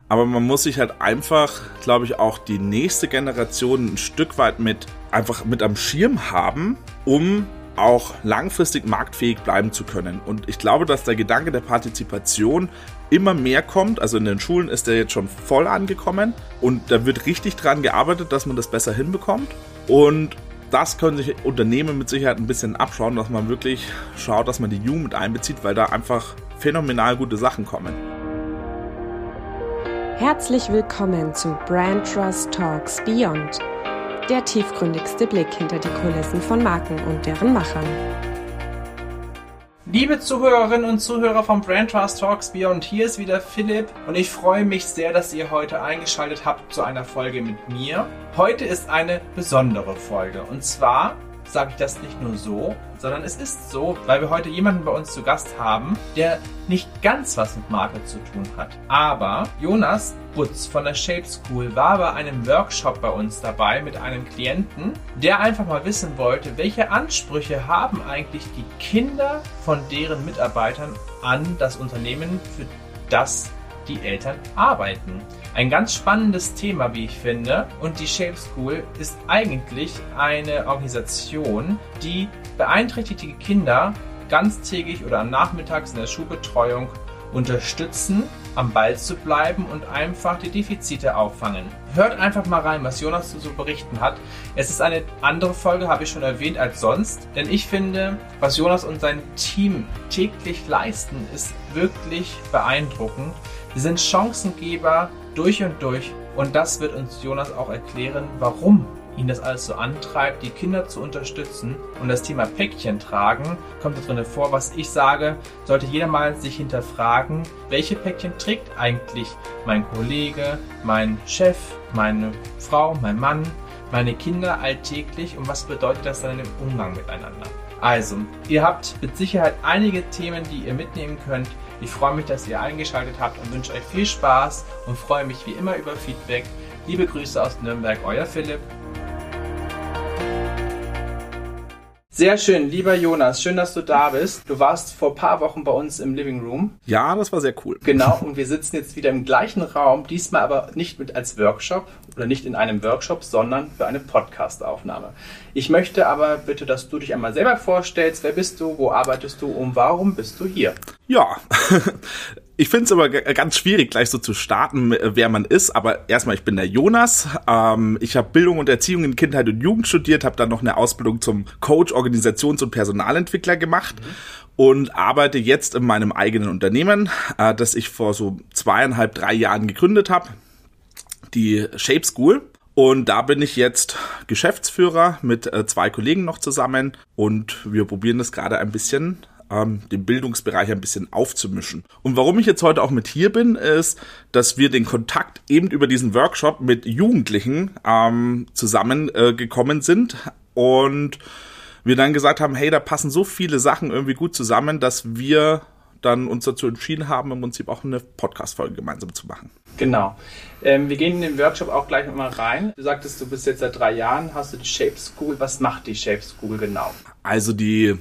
Aber man muss sich halt einfach, glaube ich, auch die nächste Generation ein Stück weit mit am Schirm haben, um auch langfristig marktfähig bleiben zu können. Und ich glaube, dass der Gedanke der Partizipation immer mehr kommt. Also in den Schulen ist der jetzt schon voll angekommen und da wird richtig dran gearbeitet, dass man das besser hinbekommt. Und das können sich Unternehmen mit Sicherheit ein bisschen abschauen, dass man wirklich schaut, dass man die Jugend einbezieht, weil da einfach phänomenal gute Sachen kommen. Herzlich willkommen zu Brand Trust Talks Beyond, der tiefgründigste Blick hinter die Kulissen von Marken und deren Machern. Liebe Zuhörerinnen und Zuhörer von Brand Trust Talks Beyond, hier ist wieder Philipp und ich freue mich sehr, dass ihr heute eingeschaltet habt zu einer Folge mit mir. Heute ist eine besondere Folge und zwar sage ich das nicht nur so, sondern es ist so, weil wir heute jemanden bei uns zu Gast haben, der nicht ganz was mit Marke zu tun hat. Aber Jonas Butz von der Shape School war bei einem Workshop bei uns dabei mit einem Klienten, der einfach mal wissen wollte, welche Ansprüche haben eigentlich die Kinder von deren Mitarbeitern an das Unternehmen, für das die Eltern arbeiten. Ein ganz spannendes Thema, wie ich finde. Und die Shape School ist eigentlich eine Organisation, die beeinträchtigte Kinder ganztägig oder nachmittags in der Schulbetreuung unterstützen, am Ball zu bleiben und einfach die Defizite auffangen. Hört einfach mal rein, was Jonas so berichten hat. Es ist eine andere Folge, habe ich schon erwähnt, als sonst. Denn ich finde, was Jonas und sein Team täglich leisten, ist wirklich beeindruckend. Sie sind Chancengeber durch und durch. Und das wird uns Jonas auch erklären, warum ihn das alles so antreibt, die Kinder zu unterstützen. Und das Thema Päckchen tragen kommt da drin vor, was ich sage, sollte jeder mal sich hinterfragen, welche Päckchen trägt eigentlich mein Kollege, mein Chef, meine Frau, mein Mann, meine Kinder alltäglich und was bedeutet das dann im Umgang miteinander. Also, ihr habt mit Sicherheit einige Themen, die ihr mitnehmen könnt. Ich freue mich, dass ihr eingeschaltet habt und wünsche euch viel Spaß und freue mich wie immer über Feedback. Liebe Grüße aus Nürnberg, euer Philipp. Sehr schön, lieber Jonas, schön, dass du da bist. Du warst vor ein paar Wochen bei uns im Living Room. Ja, das war sehr cool. Genau, und wir sitzen jetzt wieder im gleichen Raum, diesmal aber nicht mit als Workshop oder nicht in einem Workshop, sondern für eine Podcast-Aufnahme. Ich möchte aber bitte, dass du dich einmal selber vorstellst. Wer bist du, wo arbeitest du und warum bist du hier? Ja, ich finde es aber ganz schwierig, gleich so zu starten, wer man ist. Aber erstmal, ich bin der Jonas. Ich habe Bildung und Erziehung in Kindheit und Jugend studiert, habe dann noch eine Ausbildung zum Coach, Organisations- und Personalentwickler gemacht und arbeite jetzt in meinem eigenen Unternehmen, das ich vor so 2,5, 3 Jahren gegründet habe, die Shape School. Und da bin ich jetzt Geschäftsführer mit 2 Kollegen noch zusammen und wir probieren das gerade ein bisschen, den Bildungsbereich ein bisschen aufzumischen. Und warum ich jetzt heute auch mit hier bin, ist, dass wir den Kontakt eben über diesen Workshop mit Jugendlichen zusammengekommen sind und wir dann gesagt haben, hey, da passen so viele Sachen irgendwie gut zusammen, dass wir dann uns dazu entschieden haben, im Prinzip auch eine Podcast-Folge gemeinsam zu machen. Genau. Wir gehen in den Workshop auch gleich mal rein. Du sagtest, du bist jetzt seit 3 Jahren, hast du die Shape School. Was macht die Shape School genau? Also die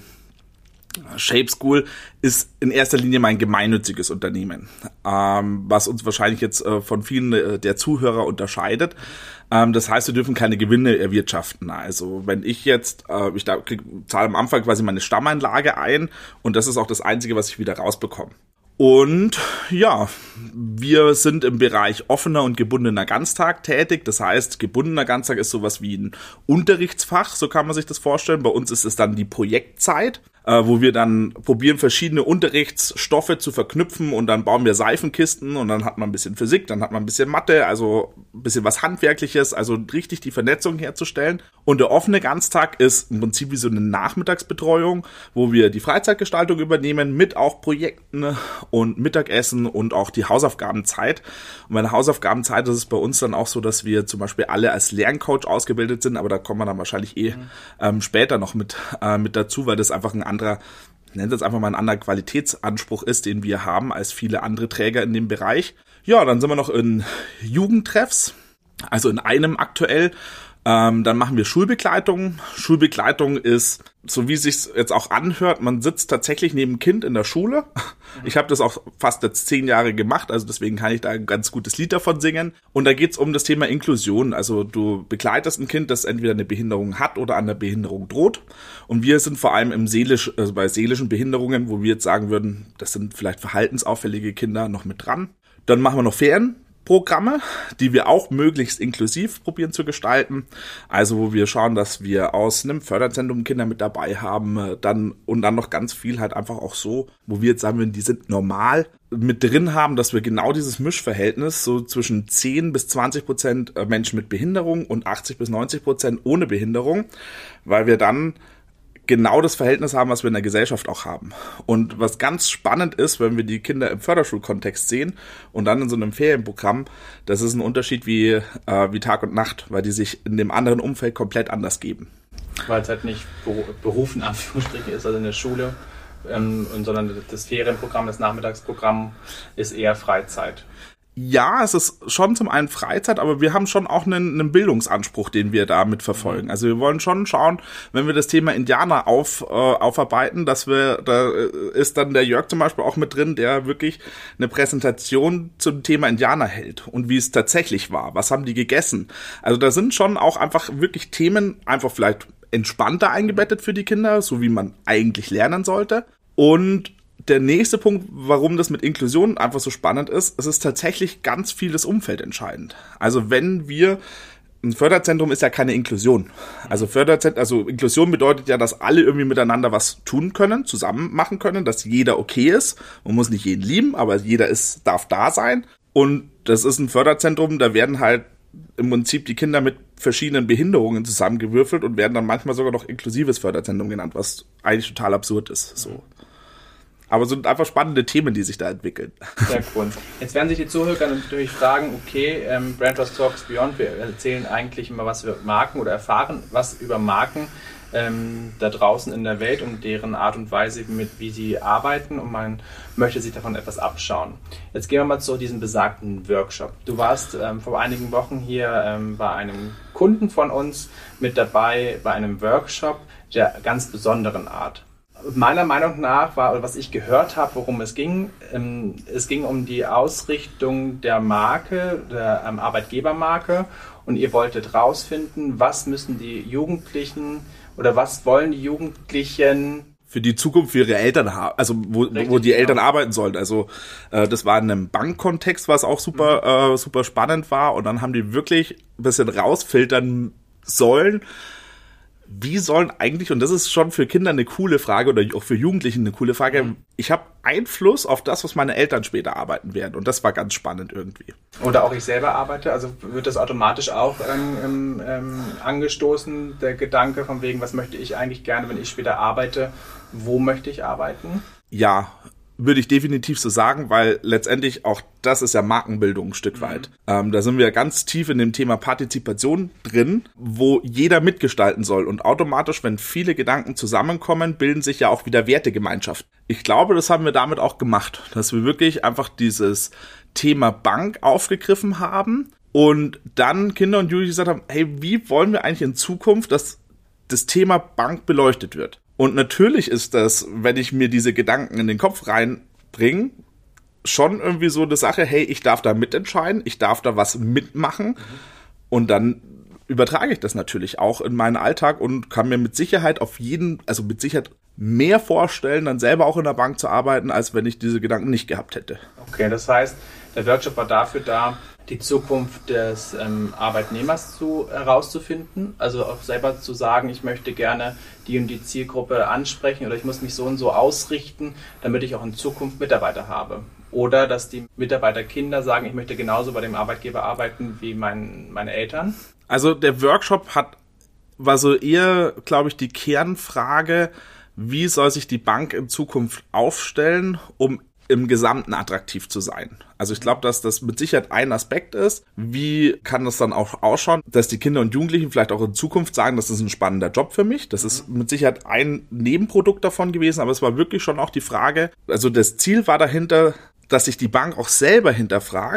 Shape School ist in erster Linie mein gemeinnütziges Unternehmen, was uns wahrscheinlich jetzt von vielen der Zuhörer unterscheidet. Das heißt, wir dürfen keine Gewinne erwirtschaften. Also wenn ich jetzt, zahle am Anfang quasi meine Stammeinlage ein und das ist auch das Einzige, was ich wieder rausbekomme. Und ja, wir sind im Bereich offener und gebundener Ganztag tätig. Das heißt, gebundener Ganztag ist sowas wie ein Unterrichtsfach, so kann man sich das vorstellen. Bei uns ist es dann die Projektzeit, wo wir dann probieren, verschiedene Unterrichtsstoffe zu verknüpfen und dann bauen wir Seifenkisten und dann hat man ein bisschen Physik, dann hat man ein bisschen Mathe, also ein bisschen was Handwerkliches, also richtig die Vernetzung herzustellen. Und der offene Ganztag ist im Prinzip wie so eine Nachmittagsbetreuung, wo wir die Freizeitgestaltung übernehmen mit auch Projekten und Mittagessen und auch die Hausaufgabenzeit. Und bei der Hausaufgabenzeit ist es bei uns dann auch so, dass wir zum Beispiel alle als Lerncoach ausgebildet sind, aber da kommen wir dann wahrscheinlich später noch mit dazu, weil das einfach ein anderer, ich nenne das einfach mal ein anderer Qualitätsanspruch ist, den wir haben als viele andere Träger in dem Bereich. Ja, dann sind wir noch in Jugendtreffs, also in einem aktuell, Dann machen wir Schulbegleitung. Schulbegleitung ist, so wie es sich jetzt auch anhört, man sitzt tatsächlich neben dem Kind in der Schule. Ich habe das auch fast jetzt 10 Jahre gemacht, also deswegen kann ich da ein ganz gutes Lied davon singen. Und da geht's um das Thema Inklusion. Also du begleitest ein Kind, das entweder eine Behinderung hat oder an der Behinderung droht. Und wir sind vor allem bei seelischen Behinderungen, wo wir jetzt sagen würden, das sind vielleicht verhaltensauffällige Kinder, noch mit dran. Dann machen wir noch Ferienprogramme, die wir auch möglichst inklusiv probieren zu gestalten. Also wo wir schauen, dass wir aus einem Förderzentrum Kinder mit dabei haben, dann noch ganz viel halt einfach auch so, wo wir jetzt sagen würden, die sind normal mit drin haben, dass wir genau dieses Mischverhältnis so zwischen 10-20% Menschen mit Behinderung und 80-90% ohne Behinderung, weil wir dann genau das Verhältnis haben, was wir in der Gesellschaft auch haben. Und was ganz spannend ist, wenn wir die Kinder im Förderschulkontext sehen und dann in so einem Ferienprogramm, das ist ein Unterschied wie Tag und Nacht, weil die sich in dem anderen Umfeld komplett anders geben. Weil es halt nicht Beruf in Anführungsstrichen ist, also in der Schule, sondern das Ferienprogramm, das Nachmittagsprogramm ist eher Freizeit. Ja, es ist schon zum einen Freizeit, aber wir haben schon auch einen Bildungsanspruch, den wir da mit verfolgen. Also wir wollen schon schauen, wenn wir das Thema Indianer aufarbeiten, da ist dann der Jörg zum Beispiel auch mit drin, der wirklich eine Präsentation zum Thema Indianer hält und wie es tatsächlich war. Was haben die gegessen? Also da sind schon auch einfach wirklich Themen einfach vielleicht entspannter eingebettet für die Kinder, so wie man eigentlich lernen sollte. Und der nächste Punkt, warum das mit Inklusion einfach so spannend ist, es ist tatsächlich ganz vieles Umfeld entscheidend. Also ein Förderzentrum ist ja keine Inklusion. Also Inklusion bedeutet ja, dass alle irgendwie miteinander was tun können, zusammen machen können, dass jeder okay ist. Man muss nicht jeden lieben, aber jeder darf da sein. Und das ist ein Förderzentrum, da werden halt im Prinzip die Kinder mit verschiedenen Behinderungen zusammengewürfelt und werden dann manchmal sogar noch inklusives Förderzentrum genannt, was eigentlich total absurd ist. So. Aber es sind einfach spannende Themen, die sich da entwickeln. Sehr cool. Jetzt werden sich die Zuhörer natürlich fragen, okay, Brand Trust Talks Beyond, wir erzählen eigentlich immer was über Marken oder erfahren was über Marken da draußen in der Welt und deren Art und Weise, wie sie arbeiten, und man möchte sich davon etwas abschauen. Jetzt gehen wir mal zu diesem besagten Workshop. Du warst vor einigen Wochen hier bei einem Kunden von uns mit dabei, bei einem Workshop der ganz besonderen Art. Meiner Meinung nach oder was ich gehört habe, worum es ging um die Ausrichtung der Marke, der Arbeitgebermarke, und ihr wolltet rausfinden, was müssen die Jugendlichen oder was wollen die Jugendlichen für die Zukunft für ihre Eltern haben, also wo die Eltern arbeiten sollen. Also das war in einem Bankkontext, was auch super spannend war, und dann haben die wirklich ein bisschen rausfiltern sollen, wie sollen eigentlich, und das ist schon für Kinder eine coole Frage oder auch für Jugendliche eine coole Frage, ich habe Einfluss auf das, was meine Eltern später arbeiten werden, und das war ganz spannend irgendwie. Oder auch ich selber arbeite, also wird das automatisch auch angestoßen, der Gedanke von wegen, was möchte ich eigentlich gerne, wenn ich später arbeite, wo möchte ich arbeiten? Ja, würde ich definitiv so sagen, weil letztendlich auch das ist ja Markenbildung ein Stück weit. Da sind wir ganz tief in dem Thema Partizipation drin, wo jeder mitgestalten soll. Und automatisch, wenn viele Gedanken zusammenkommen, bilden sich ja auch wieder Wertegemeinschaften. Ich glaube, das haben wir damit auch gemacht, dass wir wirklich einfach dieses Thema Bank aufgegriffen haben und dann Kinder und Jugendliche gesagt haben, hey, wie wollen wir eigentlich in Zukunft, dass das Thema Bank beleuchtet wird? Und natürlich ist das, wenn ich mir diese Gedanken in den Kopf reinbringe, schon irgendwie so eine Sache, hey, ich darf da mitentscheiden, ich darf da was mitmachen. Und dann übertrage ich das natürlich auch in meinen Alltag und kann mir mit Sicherheit mehr vorstellen, dann selber auch in der Bank zu arbeiten, als wenn ich diese Gedanken nicht gehabt hätte. Okay, das heißt, der Workshop war dafür da, die Zukunft des Arbeitnehmers herauszufinden, also auch selber zu sagen, ich möchte gerne die und die Zielgruppe ansprechen oder ich muss mich so und so ausrichten, damit ich auch in Zukunft Mitarbeiter habe. Oder dass die Mitarbeiterkinder sagen, ich möchte genauso bei dem Arbeitgeber arbeiten wie meine Eltern. Also der Workshop war so eher, glaube ich, die Kernfrage, wie soll sich die Bank in Zukunft aufstellen, um im Gesamten attraktiv zu sein. Also ich glaube, dass das mit Sicherheit ein Aspekt ist. Wie kann das dann auch ausschauen, dass die Kinder und Jugendlichen vielleicht auch in Zukunft sagen, das ist ein spannender Job für mich. Das ist mit Sicherheit ein Nebenprodukt davon gewesen, aber es war wirklich schon auch die Frage, also das Ziel war dahinter, dass sich die Bank auch selber hinterfragt,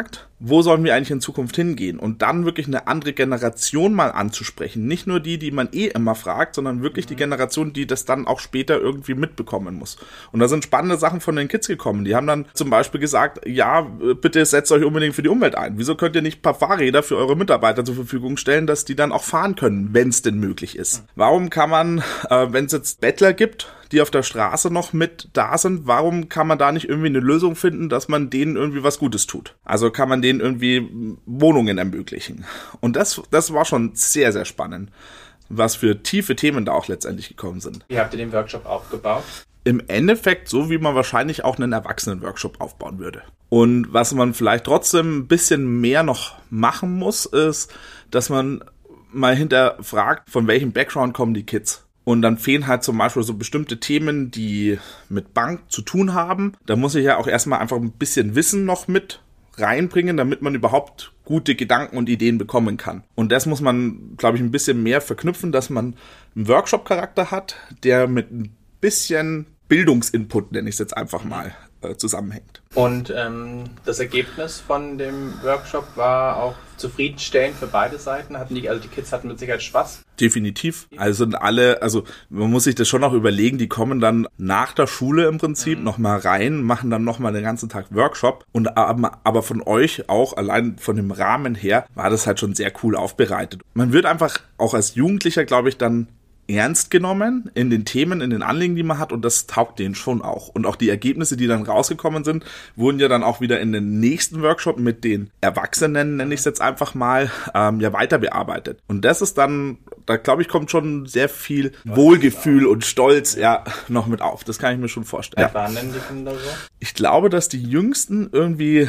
wo sollen wir eigentlich in Zukunft hingehen? Und dann wirklich eine andere Generation mal anzusprechen. Nicht nur die man immer fragt, sondern wirklich die Generation, die das dann auch später irgendwie mitbekommen muss. Und da sind spannende Sachen von den Kids gekommen. Die haben dann zum Beispiel gesagt, ja, bitte setzt euch unbedingt für die Umwelt ein. Wieso könnt ihr nicht ein paar Fahrräder für eure Mitarbeiter zur Verfügung stellen, dass die dann auch fahren können, wenn es denn möglich ist? Warum kann man, wenn es jetzt Bettler gibt, die auf der Straße noch mit da sind, warum kann man da nicht irgendwie eine Lösung finden, dass man denen irgendwie was Gutes tut? Also kann man denen irgendwie Wohnungen ermöglichen. Und das war schon sehr, sehr spannend, was für tiefe Themen da auch letztendlich gekommen sind. Wie habt ihr den Workshop aufgebaut? Im Endeffekt so, wie man wahrscheinlich auch einen Erwachsenen-Workshop aufbauen würde. Und was man vielleicht trotzdem ein bisschen mehr noch machen muss, ist, dass man mal hinterfragt, von welchem Background kommen die Kids. Und dann fehlen halt zum Beispiel so bestimmte Themen, die mit Bank zu tun haben. Da muss ich ja auch erstmal einfach ein bisschen Wissen noch mit reinbringen, damit man überhaupt gute Gedanken und Ideen bekommen kann. Und das muss man, glaube ich, ein bisschen mehr verknüpfen, dass man einen Workshop-Charakter hat, der mit ein bisschen Bildungsinput, nenne ich es jetzt einfach mal, zusammenhängt. Und das Ergebnis von dem Workshop war auch zufriedenstellend für beide Seiten? Die Kids hatten mit Sicherheit Spaß? Definitiv. Also man muss sich das schon auch überlegen, die kommen dann nach der Schule im Prinzip nochmal rein, machen dann nochmal den ganzen Tag Workshop und aber von euch auch, allein von dem Rahmen her, war das halt schon sehr cool aufbereitet. Man wird einfach auch als Jugendlicher, glaube ich, dann ernst genommen in den Themen, in den Anliegen, die man hat, und das taugt denen schon auch. Und auch die Ergebnisse, die dann rausgekommen sind, wurden ja dann auch wieder in den nächsten Workshop mit den Erwachsenen, nenne ich es jetzt einfach mal, weiter bearbeitet. Und das ist dann, da glaube ich, kommt schon sehr viel Wohlgefühl und Stolz noch mit auf. Das kann ich mir schon vorstellen. Wie waren denn die Kinder so? Ich glaube, dass die Jüngsten irgendwie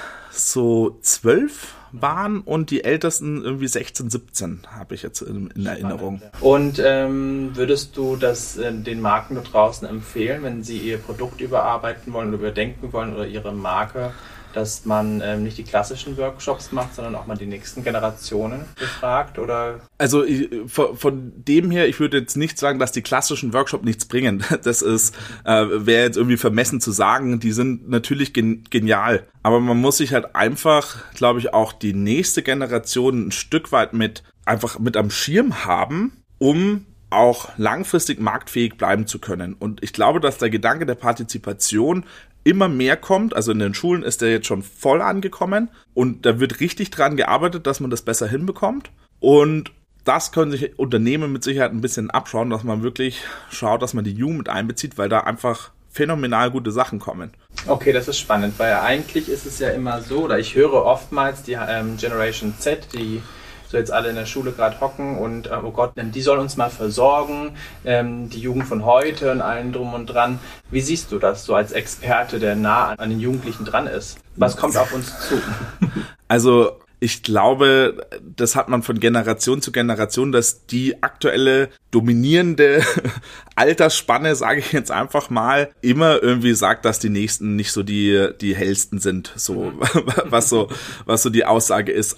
so 12 waren und die Ältesten irgendwie 16, 17, habe ich jetzt in Erinnerung. Und würdest du das den Marken da draußen empfehlen, wenn sie ihr Produkt überarbeiten wollen oder überdenken wollen oder ihre Marke, dass man nicht die klassischen Workshops macht, sondern auch mal die nächsten Generationen befragt? Oder? Also von dem her, ich würde jetzt nicht sagen, dass die klassischen Workshops nichts bringen. Das ist, wäre jetzt irgendwie vermessen zu sagen, die sind natürlich genial. Aber man muss sich halt einfach, glaube ich, auch die nächste Generation ein Stück weit mit am Schirm haben, um auch langfristig marktfähig bleiben zu können. Und ich glaube, dass der Gedanke der Partizipation immer mehr kommt. Also in den Schulen ist der jetzt schon voll angekommen und da wird richtig dran gearbeitet, dass man das besser hinbekommt. Und das können sich Unternehmen mit Sicherheit ein bisschen abschauen, dass man wirklich schaut, dass man die Jugend einbezieht, weil da einfach phänomenal gute Sachen kommen. Okay, das ist spannend, weil eigentlich ist es ja immer so, oder ich höre oftmals die Generation Z, die so jetzt alle in der Schule gerade hocken und oh Gott, die sollen uns mal versorgen, die Jugend von heute und allen drum und dran. Wie siehst du das so als Experte, der nah an den Jugendlichen dran ist? Was kommt auf uns zu? Also ich glaube, das hat man von Generation zu Generation, dass die aktuelle dominierende Altersspanne, sage ich jetzt einfach mal, immer irgendwie sagt, dass die Nächsten nicht so die hellsten sind, so was so die Aussage ist.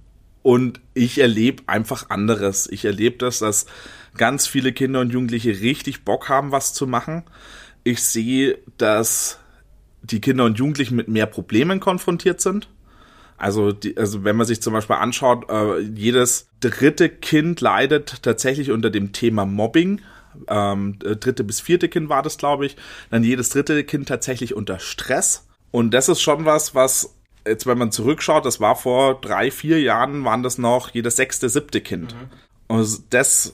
Und ich erlebe einfach anderes. Ich erlebe das, dass ganz viele Kinder und Jugendliche richtig Bock haben, was zu machen. Ich sehe, dass die Kinder und Jugendlichen mit mehr Problemen konfrontiert sind. Also wenn man sich zum Beispiel anschaut, jedes dritte Kind leidet tatsächlich unter dem Thema Mobbing. 3. bis 4. Kind war das, glaube ich. Dann jedes dritte Kind tatsächlich unter Stress. Und das ist schon was jetzt, wenn man zurückschaut, das war vor 3-4 Jahren, waren das noch jedes 6., 7. Kind. Und das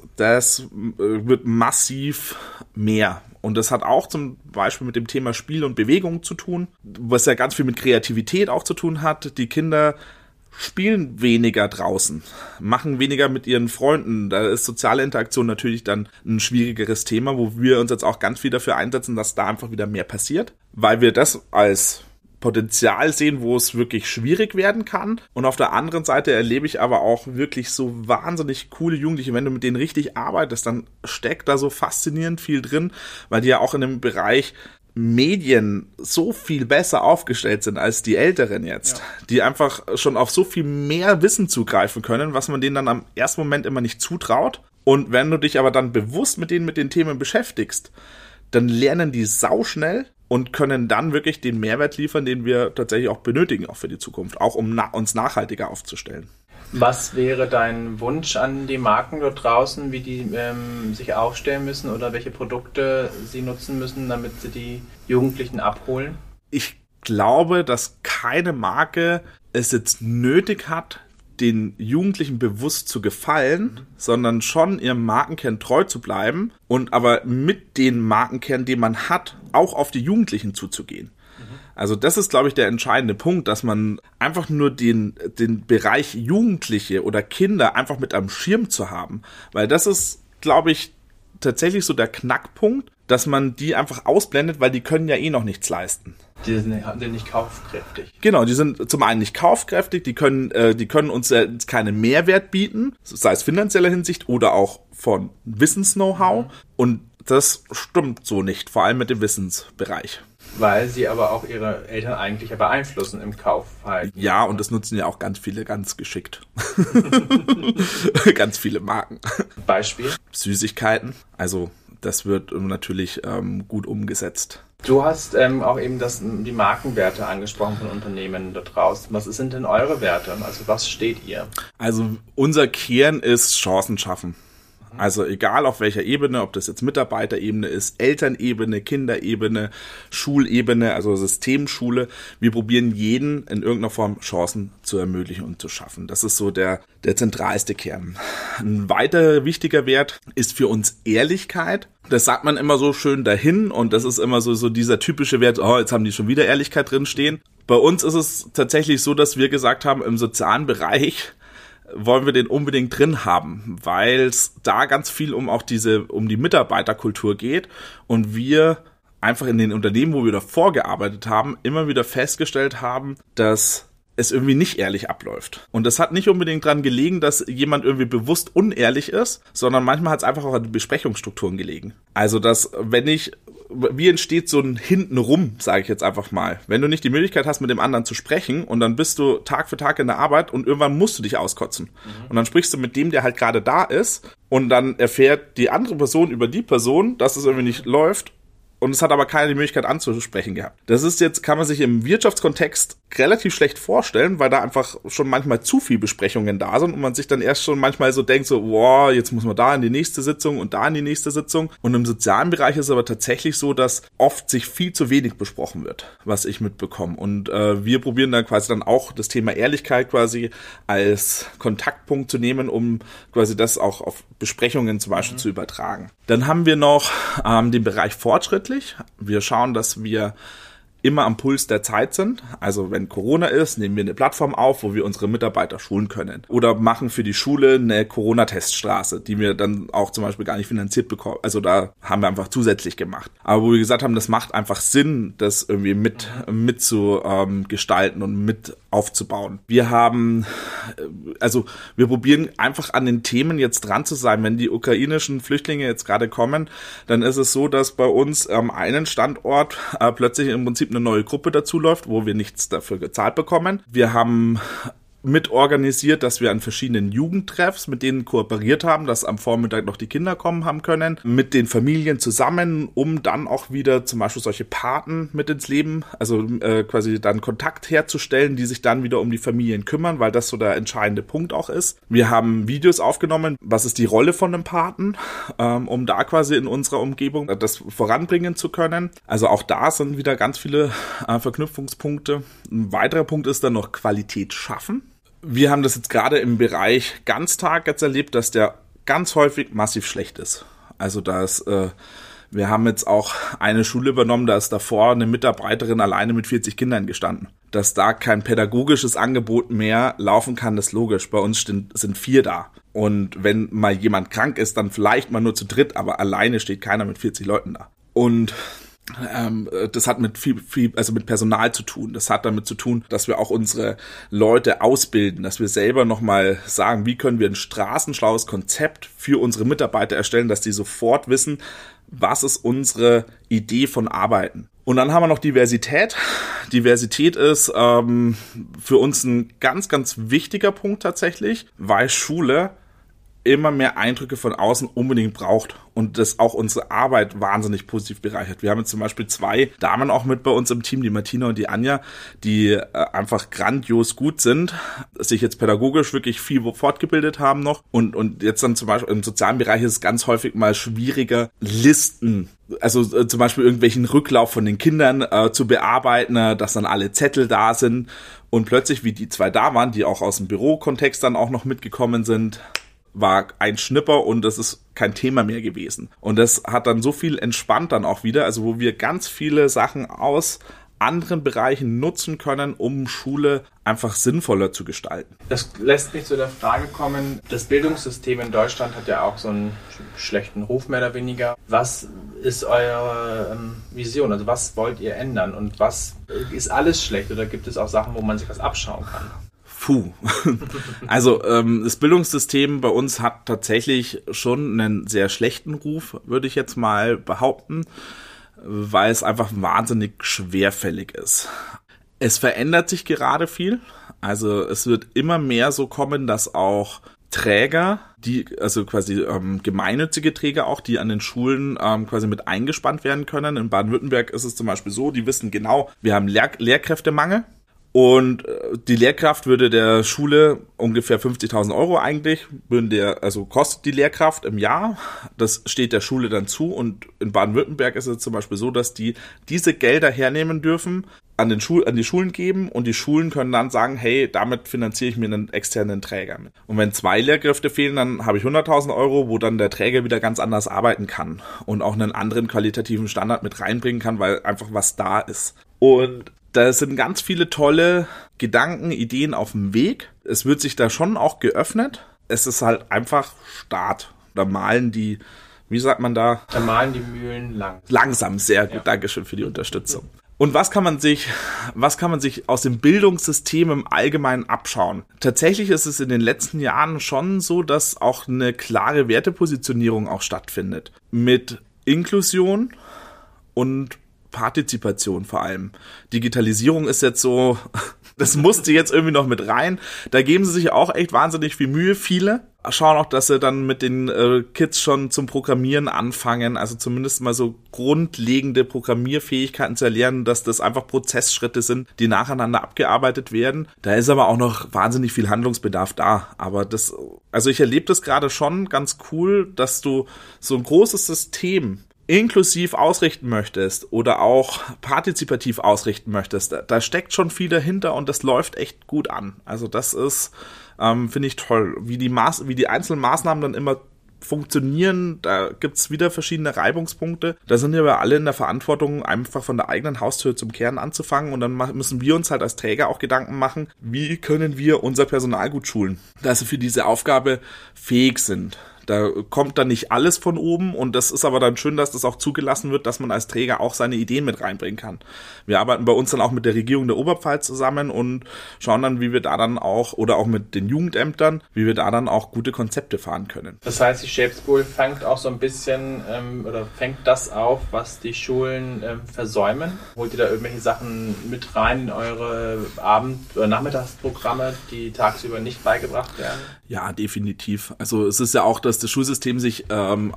wird massiv mehr. Und das hat auch zum Beispiel mit dem Thema Spiel und Bewegung zu tun, was ja ganz viel mit Kreativität auch zu tun hat. Die Kinder spielen weniger draußen, machen weniger mit ihren Freunden. Da ist soziale Interaktion natürlich dann ein schwierigeres Thema, wo wir uns jetzt auch ganz viel dafür einsetzen, dass da einfach wieder mehr passiert, weil wir das als Potenzial sehen, wo es wirklich schwierig werden kann. Und auf der anderen Seite erlebe ich aber auch wirklich so wahnsinnig coole Jugendliche. Wenn du mit denen richtig arbeitest, dann steckt da so faszinierend viel drin, weil die ja auch in dem Bereich Medien so viel besser aufgestellt sind als die Älteren jetzt, die einfach schon auf so viel mehr Wissen zugreifen können, was man denen dann am ersten Moment immer nicht zutraut. Und wenn du dich aber dann bewusst mit den Themen beschäftigst, dann lernen die sauschnell und können dann wirklich den Mehrwert liefern, den wir tatsächlich auch benötigen, auch für die Zukunft, auch um uns nachhaltiger aufzustellen. Was wäre dein Wunsch an die Marken dort draußen, wie die sich aufstellen müssen oder welche Produkte sie nutzen müssen, damit sie die Jugendlichen abholen? Ich glaube, dass keine Marke es jetzt nötig hat, den Jugendlichen bewusst zu gefallen, sondern schon ihrem Markenkern treu zu bleiben und aber mit den Markenkern, den man hat, auch auf die Jugendlichen zuzugehen. Also das ist, glaube ich, der entscheidende Punkt, dass man einfach nur den Bereich Jugendliche oder Kinder einfach mit am Schirm zu haben. Weil das ist, glaube ich, tatsächlich so der Knackpunkt, dass man die einfach ausblendet, weil die können ja eh noch nichts leisten. Die sind nicht kaufkräftig. Genau, die sind zum einen nicht kaufkräftig, die können uns keinen Mehrwert bieten, sei es finanzieller Hinsicht oder auch von Wissens-Know-how. Und das stimmt so nicht, vor allem mit dem Wissensbereich. Weil sie aber auch ihre Eltern eigentlich beeinflussen im Kaufverhalten. Ja, und das nutzen ja auch ganz viele ganz geschickt. Ganz viele Marken. Beispiel? Süßigkeiten. Also das wird natürlich gut umgesetzt. Du hast auch eben die Markenwerte angesprochen von Unternehmen da draußen. Was sind denn eure Werte? Also was steht ihr? Also unser Kern ist Chancen schaffen. Also egal auf welcher Ebene, ob das jetzt Mitarbeiterebene ist, Elternebene, Kinderebene, Schulebene, also Systemschule, wir probieren jeden in irgendeiner Form Chancen zu ermöglichen und zu schaffen. Das ist so der zentralste Kern. Ein weiterer wichtiger Wert ist für uns Ehrlichkeit. Das sagt man immer so schön dahin und das ist immer so dieser typische Wert, oh, jetzt haben die schon wieder Ehrlichkeit drin stehen. Bei uns ist es tatsächlich so, dass wir gesagt haben, im sozialen Bereich wollen wir den unbedingt drin haben, weil es da ganz viel um die Mitarbeiterkultur geht und wir einfach in den Unternehmen, wo wir davor gearbeitet haben, immer wieder festgestellt haben, dass es irgendwie nicht ehrlich abläuft. Und das hat nicht unbedingt dran gelegen, dass jemand irgendwie bewusst unehrlich ist, sondern manchmal hat es einfach auch an den Besprechungsstrukturen gelegen. Also, wie entsteht so ein Hintenrum, sage ich jetzt einfach mal. Wenn du nicht die Möglichkeit hast, mit dem anderen zu sprechen und dann bist du Tag für Tag in der Arbeit und irgendwann musst du dich auskotzen. Und dann sprichst du mit dem, der halt gerade da ist und dann erfährt die andere Person über die Person, dass es irgendwie nicht läuft. Und es hat aber keiner die Möglichkeit anzusprechen gehabt. Das ist jetzt, kann man sich im Wirtschaftskontext relativ schlecht vorstellen, weil da einfach schon manchmal zu viel Besprechungen da sind und man sich dann erst schon manchmal so denkt, so, wow, jetzt muss man da in die nächste Sitzung und da in die nächste Sitzung. Und im sozialen Bereich ist es aber tatsächlich so, dass oft sich viel zu wenig besprochen wird, was ich mitbekomme. Und wir probieren dann quasi dann auch das Thema Ehrlichkeit quasi als Kontaktpunkt zu nehmen, um quasi das auch auf Besprechungen zum Beispiel zu übertragen. Dann haben wir noch den Bereich Fortschritt. Wir schauen, dass wir immer am Puls der Zeit sind. Also wenn Corona ist, nehmen wir eine Plattform auf, wo wir unsere Mitarbeiter schulen können. Oder machen für die Schule eine Corona-Teststraße, die wir dann auch zum Beispiel gar nicht finanziert bekommen. Also da haben wir einfach zusätzlich gemacht. Aber wo wir gesagt haben, das macht einfach Sinn, das irgendwie mit zu gestalten und mit aufzubauen. Wir probieren einfach an den Themen jetzt dran zu sein. Wenn die ukrainischen Flüchtlinge jetzt gerade kommen, dann ist es so, dass bei uns am einen Standort plötzlich im Prinzip eine neue Gruppe dazu läuft, wo wir nichts dafür gezahlt bekommen. Wir haben mitorganisiert, dass wir an verschiedenen Jugendtreffs mit denen kooperiert haben, dass am Vormittag noch die Kinder kommen haben können, mit den Familien zusammen, um dann auch wieder zum Beispiel solche Paten mit ins Leben, also quasi dann Kontakt herzustellen, die sich dann wieder um die Familien kümmern, weil das so der entscheidende Punkt auch ist. Wir haben Videos aufgenommen, was ist die Rolle von einem Paten, um da quasi in unserer Umgebung das voranbringen zu können. Also auch da sind wieder ganz viele Verknüpfungspunkte. Ein weiterer Punkt ist dann noch Qualität schaffen. Wir haben das jetzt gerade im Bereich Ganztag jetzt erlebt, dass der ganz häufig massiv schlecht ist. Also wir haben jetzt auch eine Schule übernommen, da ist davor eine Mitarbeiterin alleine mit 40 Kindern gestanden. Dass da kein pädagogisches Angebot mehr laufen kann, ist logisch. Bei uns sind 4 da. Und wenn mal jemand krank ist, dann vielleicht mal nur zu dritt, aber alleine steht keiner mit 40 Leuten da. Und das hat mit mit Personal zu tun. Das hat damit zu tun, dass wir auch unsere Leute ausbilden, dass wir selber nochmal sagen, wie können wir ein straßenschlaues Konzept für unsere Mitarbeiter erstellen, dass die sofort wissen, was ist unsere Idee von Arbeiten. Und dann haben wir noch Diversität. Diversität ist für uns ein ganz, ganz wichtiger Punkt tatsächlich, weil Schule immer mehr Eindrücke von außen unbedingt braucht und das auch unsere Arbeit wahnsinnig positiv bereichert. Wir haben jetzt zum Beispiel 2 Damen auch mit bei uns im Team, die Martina und die Anja, die einfach grandios gut sind, sich jetzt pädagogisch wirklich viel fortgebildet haben noch und jetzt dann zum Beispiel im sozialen Bereich ist es ganz häufig mal schwieriger, Listen, also zum Beispiel irgendwelchen Rücklauf von den Kindern zu bearbeiten, dass dann alle Zettel da sind und plötzlich, wie die 2 da waren, die auch aus dem Bürokontext dann auch noch mitgekommen sind, war ein Schnipper und das ist kein Thema mehr gewesen. Und das hat dann so viel entspannt dann auch wieder, also wo wir ganz viele Sachen aus anderen Bereichen nutzen können, um Schule einfach sinnvoller zu gestalten. Das lässt mich zu der Frage kommen, das Bildungssystem in Deutschland hat ja auch so einen schlechten Ruf mehr oder weniger. Was ist eure Vision? Also was wollt ihr ändern und was ist alles schlecht oder gibt es auch Sachen, wo man sich was abschauen kann? Also das Bildungssystem bei uns hat tatsächlich schon einen sehr schlechten Ruf, würde ich jetzt mal behaupten, weil es einfach wahnsinnig schwerfällig ist. Es verändert sich gerade viel, also es wird immer mehr so kommen, dass auch Träger, also quasi gemeinnützige Träger auch, die an den Schulen quasi mit eingespannt werden können. In Baden-Württemberg ist es zum Beispiel so, die wissen genau, wir haben Lehrkräftemangel. Und die Lehrkraft würde der Schule ungefähr 50.000 Euro eigentlich, kostet die Lehrkraft im Jahr. Das steht der Schule dann zu. Und in Baden-Württemberg ist es zum Beispiel so, dass die diese Gelder hernehmen dürfen, an die Schulen geben und die Schulen können dann sagen, hey, damit finanziere ich mir einen externen Träger mit. Und wenn 2 Lehrkräfte fehlen, dann habe ich 100.000 Euro, wo dann der Träger wieder ganz anders arbeiten kann und auch einen anderen qualitativen Standard mit reinbringen kann, weil einfach was da ist. Und da sind ganz viele tolle Gedanken, Ideen auf dem Weg. Es wird sich da schon auch geöffnet. Es ist halt einfach Start. Da malen die, wie sagt man da? Da malen die Mühlen lang. Langsam, sehr gut. Ja. Dankeschön für die Unterstützung. Und was kann man sich aus dem Bildungssystem im Allgemeinen abschauen? Tatsächlich ist es in den letzten Jahren schon so, dass auch eine klare Wertepositionierung auch stattfindet. Mit Inklusion und Partizipation vor allem. Digitalisierung ist jetzt so, das musste jetzt irgendwie noch mit rein. Da geben sie sich auch echt wahnsinnig viel Mühe, viele. Schauen auch, dass sie dann mit den Kids schon zum Programmieren anfangen, also zumindest mal so grundlegende Programmierfähigkeiten zu erlernen, dass das einfach Prozessschritte sind, die nacheinander abgearbeitet werden. Da ist aber auch noch wahnsinnig viel Handlungsbedarf da. Aber ich erlebe das gerade schon ganz cool, dass du so ein großes System inklusiv ausrichten möchtest oder auch partizipativ ausrichten möchtest, da steckt schon viel dahinter und das läuft echt gut an. Also das ist, finde ich toll, wie die einzelnen Maßnahmen dann immer funktionieren, da gibt's wieder verschiedene Reibungspunkte. Da sind wir alle in der Verantwortung, einfach von der eigenen Haustür zum Kern anzufangen und dann müssen wir uns halt als Träger auch Gedanken machen, wie können wir unser Personal gut schulen, dass sie für diese Aufgabe fähig sind. Da kommt dann nicht alles von oben und das ist aber dann schön, dass das auch zugelassen wird, dass man als Träger auch seine Ideen mit reinbringen kann. Wir arbeiten bei uns dann auch mit der Regierung der Oberpfalz zusammen und schauen dann, wie wir da dann auch, oder auch mit den Jugendämtern, wie wir da dann auch gute Konzepte fahren können. Das heißt, die Shape School fängt auch so ein bisschen, fängt das auf, was die Schulen versäumen? Holt ihr da irgendwelche Sachen mit rein in eure Abend- oder Nachmittagsprogramme, die tagsüber nicht beigebracht werden? Ja, definitiv. Also es ist ja auch, dass das Schulsystem sich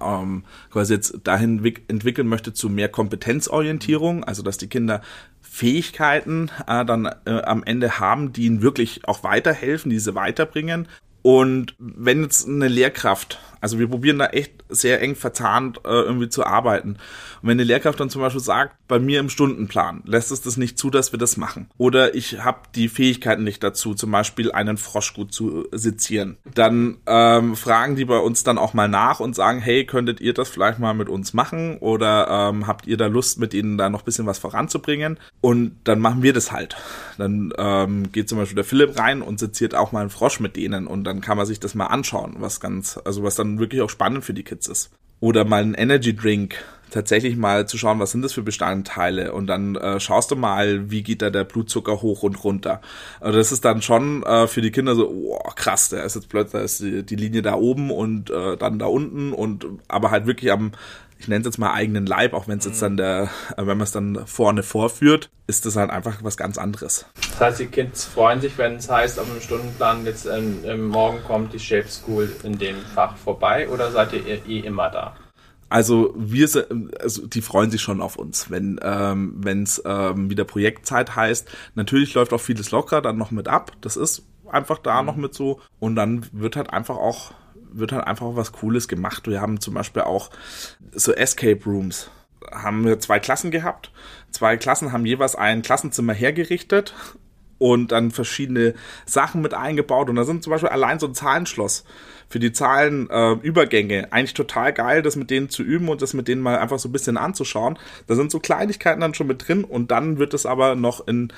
quasi jetzt dahin entwickeln möchte zu mehr Kompetenzorientierung, also dass die Kinder Fähigkeiten dann am Ende haben, die ihnen wirklich auch weiterhelfen, die sie weiterbringen. Und wenn jetzt eine Lehrkraft, also wir probieren da echt sehr eng verzahnt irgendwie zu arbeiten. Und wenn eine Lehrkraft dann zum Beispiel sagt, bei mir im Stundenplan lässt es das nicht zu, dass wir das machen. Oder ich habe die Fähigkeiten nicht dazu, zum Beispiel einen Frosch gut zu sezieren. Dann fragen die bei uns dann auch mal nach und sagen, hey, könntet ihr das vielleicht mal mit uns machen? Oder habt ihr da Lust, mit ihnen da noch ein bisschen was voranzubringen? Und dann machen wir das halt. Dann geht zum Beispiel der Philipp rein und seziert auch mal einen Frosch mit denen und dann kann man sich das mal anschauen, was dann wirklich auch spannend für die Kids ist. Oder mal einen Energy Drink tatsächlich mal zu schauen, was sind das für Bestandteile und dann schaust du mal, wie geht da der Blutzucker hoch und runter. Also das ist dann schon für die Kinder so, oh, krass, da ist jetzt plötzlich da ist die Linie da oben und dann da unten und aber halt wirklich am, ich nenne es jetzt mal eigenen Leib, auch wenn es jetzt dann wenn man es dann vorne vorführt, ist das halt einfach was ganz anderes. Das heißt, die Kids freuen sich, wenn es heißt, auf dem Stundenplan jetzt morgen kommt die Shape School in dem Fach vorbei, oder seid ihr immer da? Also die freuen sich schon auf uns, wenn es wieder Projektzeit heißt. Natürlich läuft auch vieles locker dann noch mit ab. Das ist einfach da noch mit so. Und dann wird halt einfach auch was Cooles gemacht. Wir haben zum Beispiel auch so Escape Rooms. Haben wir 2 Klassen gehabt. 2 Klassen haben jeweils ein Klassenzimmer hergerichtet und dann verschiedene Sachen mit eingebaut. Und da sind zum Beispiel allein so ein Zahlenschloss für die Zahlenübergänge eigentlich total geil, das mit denen zu üben und das mit denen mal einfach so ein bisschen anzuschauen. Da sind so Kleinigkeiten dann schon mit drin und dann wird es aber noch in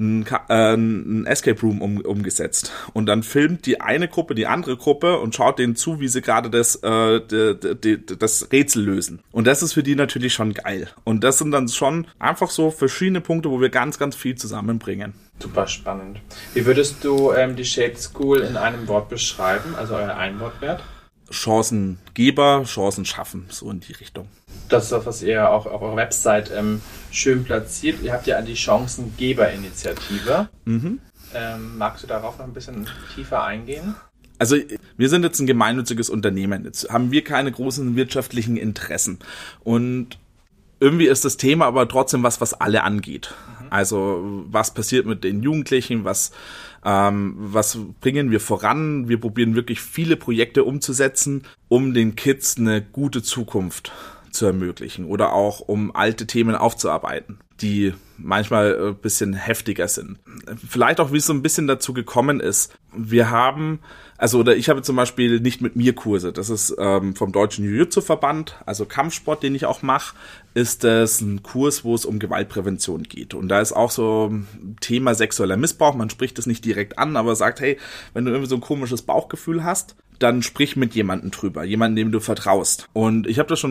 ein Escape Room umgesetzt. Und dann filmt die eine Gruppe die andere Gruppe und schaut denen zu, wie sie gerade das Rätsel lösen. Und das ist für die natürlich schon geil. Und das sind dann schon einfach so verschiedene Punkte, wo wir ganz, ganz viel zusammenbringen. Super spannend. Wie würdest du die Shape School in einem Wort beschreiben, also euer Einwortwert? Chancengeber, Chancen schaffen, so in die Richtung. Das ist das, was ihr auch auf eurer Website schön platziert. Ihr habt ja die Chancengeber-Initiative. Magst du darauf noch ein bisschen tiefer eingehen? Also wir sind jetzt ein gemeinnütziges Unternehmen. Jetzt haben wir keine großen wirtschaftlichen Interessen. Und irgendwie ist das Thema aber trotzdem was alle angeht. Also was passiert mit den Jugendlichen, was bringen wir voran? Wir probieren wirklich viele Projekte umzusetzen, um den Kids eine gute Zukunft zu ermöglichen oder auch um alte Themen aufzuarbeiten, die manchmal ein bisschen heftiger sind. Vielleicht auch, wie es so ein bisschen dazu gekommen ist. Ich habe zum Beispiel nicht mit mir Kurse. Das ist vom Deutschen Jiu-Jitsu-Verband, also Kampfsport, den ich auch mache, ist das ein Kurs, wo es um Gewaltprävention geht. Und da ist auch so ein Thema sexueller Missbrauch. Man spricht das nicht direkt an, aber sagt, hey, wenn du irgendwie so ein komisches Bauchgefühl hast, dann sprich mit jemandem drüber, jemandem, dem du vertraust. Und ich habe das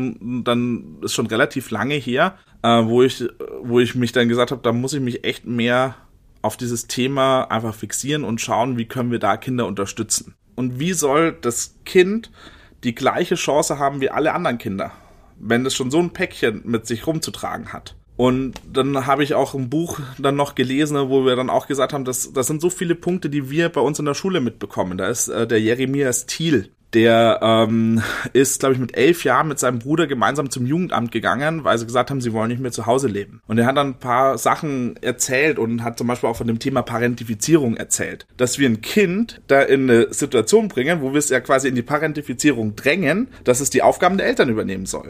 ist schon relativ lange her, wo ich mich dann gesagt habe, da muss ich mich echt mehr auf dieses Thema einfach fixieren und schauen, wie können wir da Kinder unterstützen. Und wie soll das Kind die gleiche Chance haben wie alle anderen Kinder, wenn es schon so ein Päckchen mit sich rumzutragen hat. Und dann habe ich auch ein Buch dann noch gelesen, wo wir dann auch gesagt haben, das sind so viele Punkte, die wir bei uns in der Schule mitbekommen. Da ist der Jeremias Thiel, der ist, glaube ich, mit 11 Jahren mit seinem Bruder gemeinsam zum Jugendamt gegangen, weil sie gesagt haben, sie wollen nicht mehr zu Hause leben. Und er hat dann ein paar Sachen erzählt und hat zum Beispiel auch von dem Thema Parentifizierung erzählt. Dass wir ein Kind da in eine Situation bringen, wo wir es ja quasi in die Parentifizierung drängen, dass es die Aufgaben der Eltern übernehmen soll.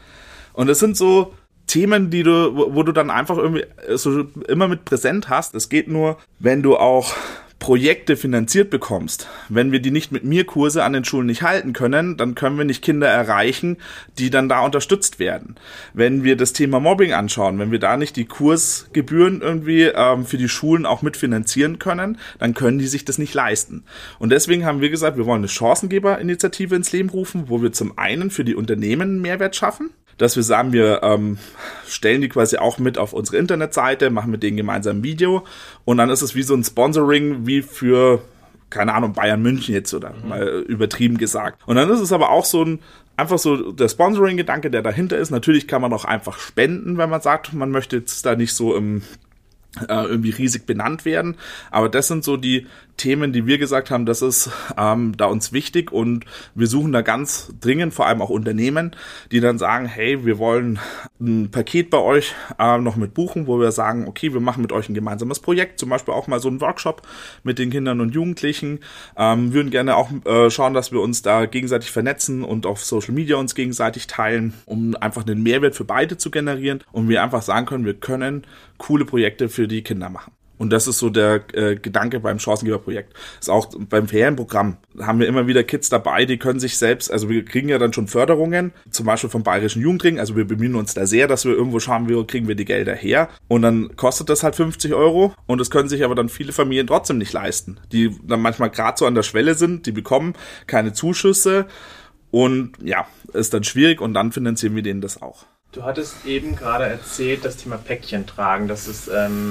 Und das sind so Themen, wo du dann einfach irgendwie so immer mit präsent hast. Es geht nur, wenn du auch Projekte finanziert bekommst. Wenn wir die nicht mit mir Kurse an den Schulen nicht halten können, dann können wir nicht Kinder erreichen, die dann da unterstützt werden. Wenn wir das Thema Mobbing anschauen, wenn wir da nicht die Kursgebühren irgendwie für die Schulen auch mitfinanzieren können, dann können die sich das nicht leisten. Und deswegen haben wir gesagt, wir wollen eine Chancengeber-Initiative ins Leben rufen, wo wir zum einen für die Unternehmen einen Mehrwert schaffen, dass wir sagen, wir stellen die quasi auch mit auf unsere Internetseite, machen mit denen gemeinsam ein Video und dann ist es wie so ein Sponsoring wie für, keine Ahnung, Bayern München jetzt oder mal übertrieben gesagt. Und dann ist es aber auch einfach so der Sponsoring-Gedanke, der dahinter ist. Natürlich kann man auch einfach spenden, wenn man sagt, man möchte jetzt da nicht so irgendwie riesig benannt werden. Aber das sind so die Themen, die wir gesagt haben, das ist da uns wichtig und wir suchen da ganz dringend, vor allem auch Unternehmen, die dann sagen, hey, wir wollen ein Paket bei euch noch mit buchen, wo wir sagen, okay, wir machen mit euch ein gemeinsames Projekt, zum Beispiel auch mal so einen Workshop mit den Kindern und Jugendlichen, würden gerne auch schauen, dass wir uns da gegenseitig vernetzen und auf Social Media uns gegenseitig teilen, um einfach einen Mehrwert für beide zu generieren und wir einfach sagen können, wir können coole Projekte für die Kinder machen. Und das ist so der Gedanke beim Chancengeberprojekt. Ist auch beim Ferienprogramm haben wir immer wieder Kids dabei, die können sich selbst, also wir kriegen ja dann schon Förderungen, zum Beispiel vom Bayerischen Jugendring, also wir bemühen uns da sehr, dass wir irgendwo schauen, wie kriegen wir die Gelder her. Und dann kostet das halt 50 € und das können sich aber dann viele Familien trotzdem nicht leisten, die dann manchmal gerade so an der Schwelle sind, die bekommen keine Zuschüsse und ja, ist dann schwierig und dann finanzieren wir denen das auch. Du hattest eben gerade erzählt, das Thema Päckchen tragen, dass es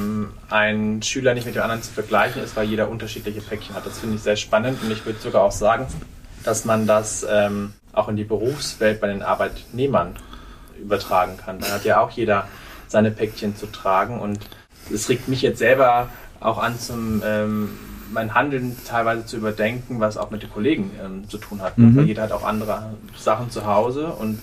ein Schüler nicht mit dem anderen zu vergleichen ist, weil jeder unterschiedliche Päckchen hat. Das finde ich sehr spannend und ich würde sogar auch sagen, dass man das auch in die Berufswelt bei den Arbeitnehmern übertragen kann. Da hat ja auch jeder seine Päckchen zu tragen und es regt mich jetzt selber auch an, mein Handeln teilweise zu überdenken, was auch mit den Kollegen zu tun hat. Weil jeder hat auch andere Sachen zu Hause und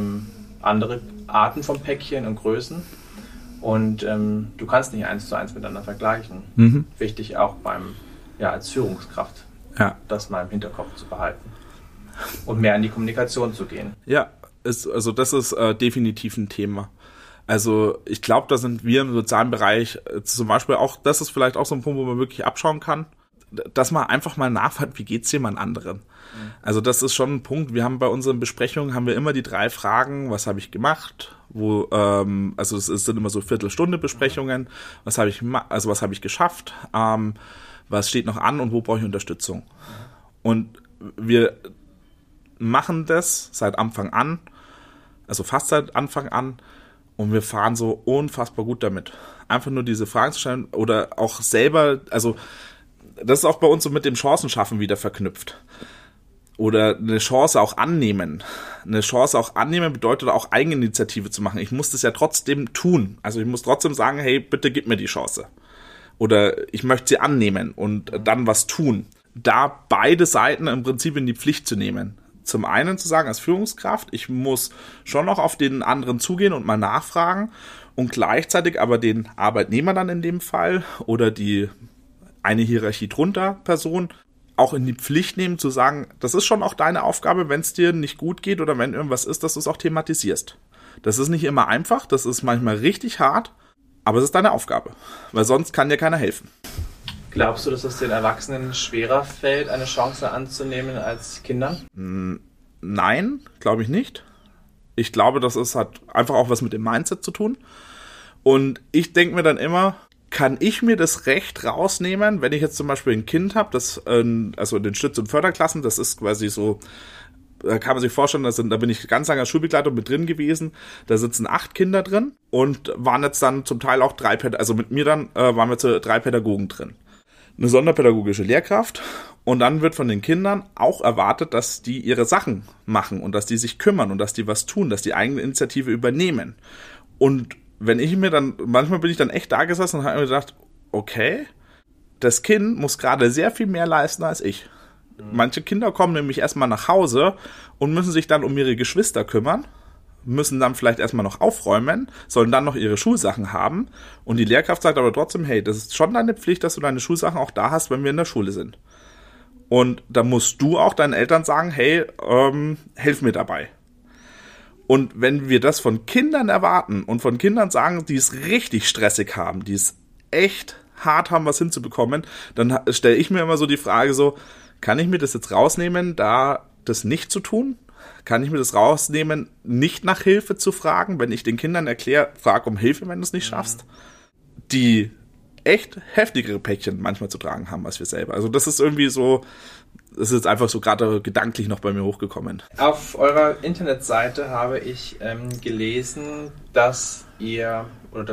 andere Arten von Päckchen und Größen. Und du kannst nicht 1:1 miteinander vergleichen. Wichtig auch als Führungskraft, das mal im Hinterkopf zu behalten. Und mehr in die Kommunikation zu gehen. Ja, das ist definitiv ein Thema. Also ich glaube, da sind wir im sozialen Bereich zum Beispiel auch, das ist vielleicht auch so ein Punkt, wo man wirklich abschauen kann, dass man einfach mal nachfragt, wie geht's jemand anderen? Also das ist schon ein Punkt. Wir haben bei unseren Besprechungen immer die 3 Fragen: Was habe ich gemacht? Also es sind immer so Viertelstunde Besprechungen. Was habe ich geschafft? Was steht noch an und wo brauche ich Unterstützung? Und wir machen das seit Anfang an, also fast seit Anfang an, und wir fahren so unfassbar gut damit. Einfach nur diese Fragen zu stellen oder auch selber, also das ist auch bei uns so mit dem Chancenschaffen wieder verknüpft. Oder eine Chance auch annehmen. Eine Chance auch annehmen bedeutet auch Eigeninitiative zu machen. Ich muss das ja trotzdem tun. Also ich muss trotzdem sagen, hey, bitte gib mir die Chance. Oder ich möchte sie annehmen und dann was tun. Da beide Seiten im Prinzip in die Pflicht zu nehmen. Zum einen zu sagen, als Führungskraft, ich muss schon noch auf den anderen zugehen und mal nachfragen und gleichzeitig aber den Arbeitnehmer dann in dem Fall oder eine Hierarchie drunter Person auch in die Pflicht nehmen, zu sagen, das ist schon auch deine Aufgabe, wenn es dir nicht gut geht oder wenn irgendwas ist, dass du es auch thematisierst. Das ist nicht immer einfach, das ist manchmal richtig hart, aber es ist deine Aufgabe, weil sonst kann dir keiner helfen. Glaubst du, dass es den Erwachsenen schwerer fällt, eine Chance anzunehmen als Kindern? Nein, glaube ich nicht. Ich glaube, das hat einfach auch was mit dem Mindset zu tun. Und ich denke mir dann immer, kann ich mir das Recht rausnehmen, wenn ich jetzt zum Beispiel ein Kind habe, also in den Stütz- und Förderklassen, das ist quasi so, da kann man sich vorstellen, da bin ich ganz lange als Schulbegleiter mit drin gewesen, da sitzen 8 Kinder drin und waren jetzt dann zum Teil auch 3 Pädagogen drin. Eine sonderpädagogische Lehrkraft und dann wird von den Kindern auch erwartet, dass die ihre Sachen machen und dass die sich kümmern und dass die was tun, dass die eigene Initiative übernehmen. Und manchmal bin ich dann echt da gesessen und habe mir gedacht, okay, das Kind muss gerade sehr viel mehr leisten als ich. Manche Kinder kommen nämlich erstmal nach Hause und müssen sich dann um ihre Geschwister kümmern, müssen dann vielleicht erstmal noch aufräumen, sollen dann noch ihre Schulsachen haben und die Lehrkraft sagt aber trotzdem, hey, das ist schon deine Pflicht, dass du deine Schulsachen auch da hast, wenn wir in der Schule sind. Und da musst du auch deinen Eltern sagen, hey, helf mir dabei. Und wenn wir das von Kindern erwarten und von Kindern sagen, die es richtig stressig haben, die es echt hart haben, was hinzubekommen, dann stelle ich mir immer so die Frage so, kann ich mir das jetzt rausnehmen, da das nicht zu tun? Kann ich mir das rausnehmen, nicht nach Hilfe zu fragen, wenn ich den Kindern erkläre, frag um Hilfe, wenn du es nicht schaffst? Die echt heftigere Päckchen manchmal zu tragen haben als wir selber. Also das ist irgendwie so, das ist jetzt einfach so gerade gedanklich noch bei mir hochgekommen. Auf eurer Internetseite habe ich gelesen, dass ihr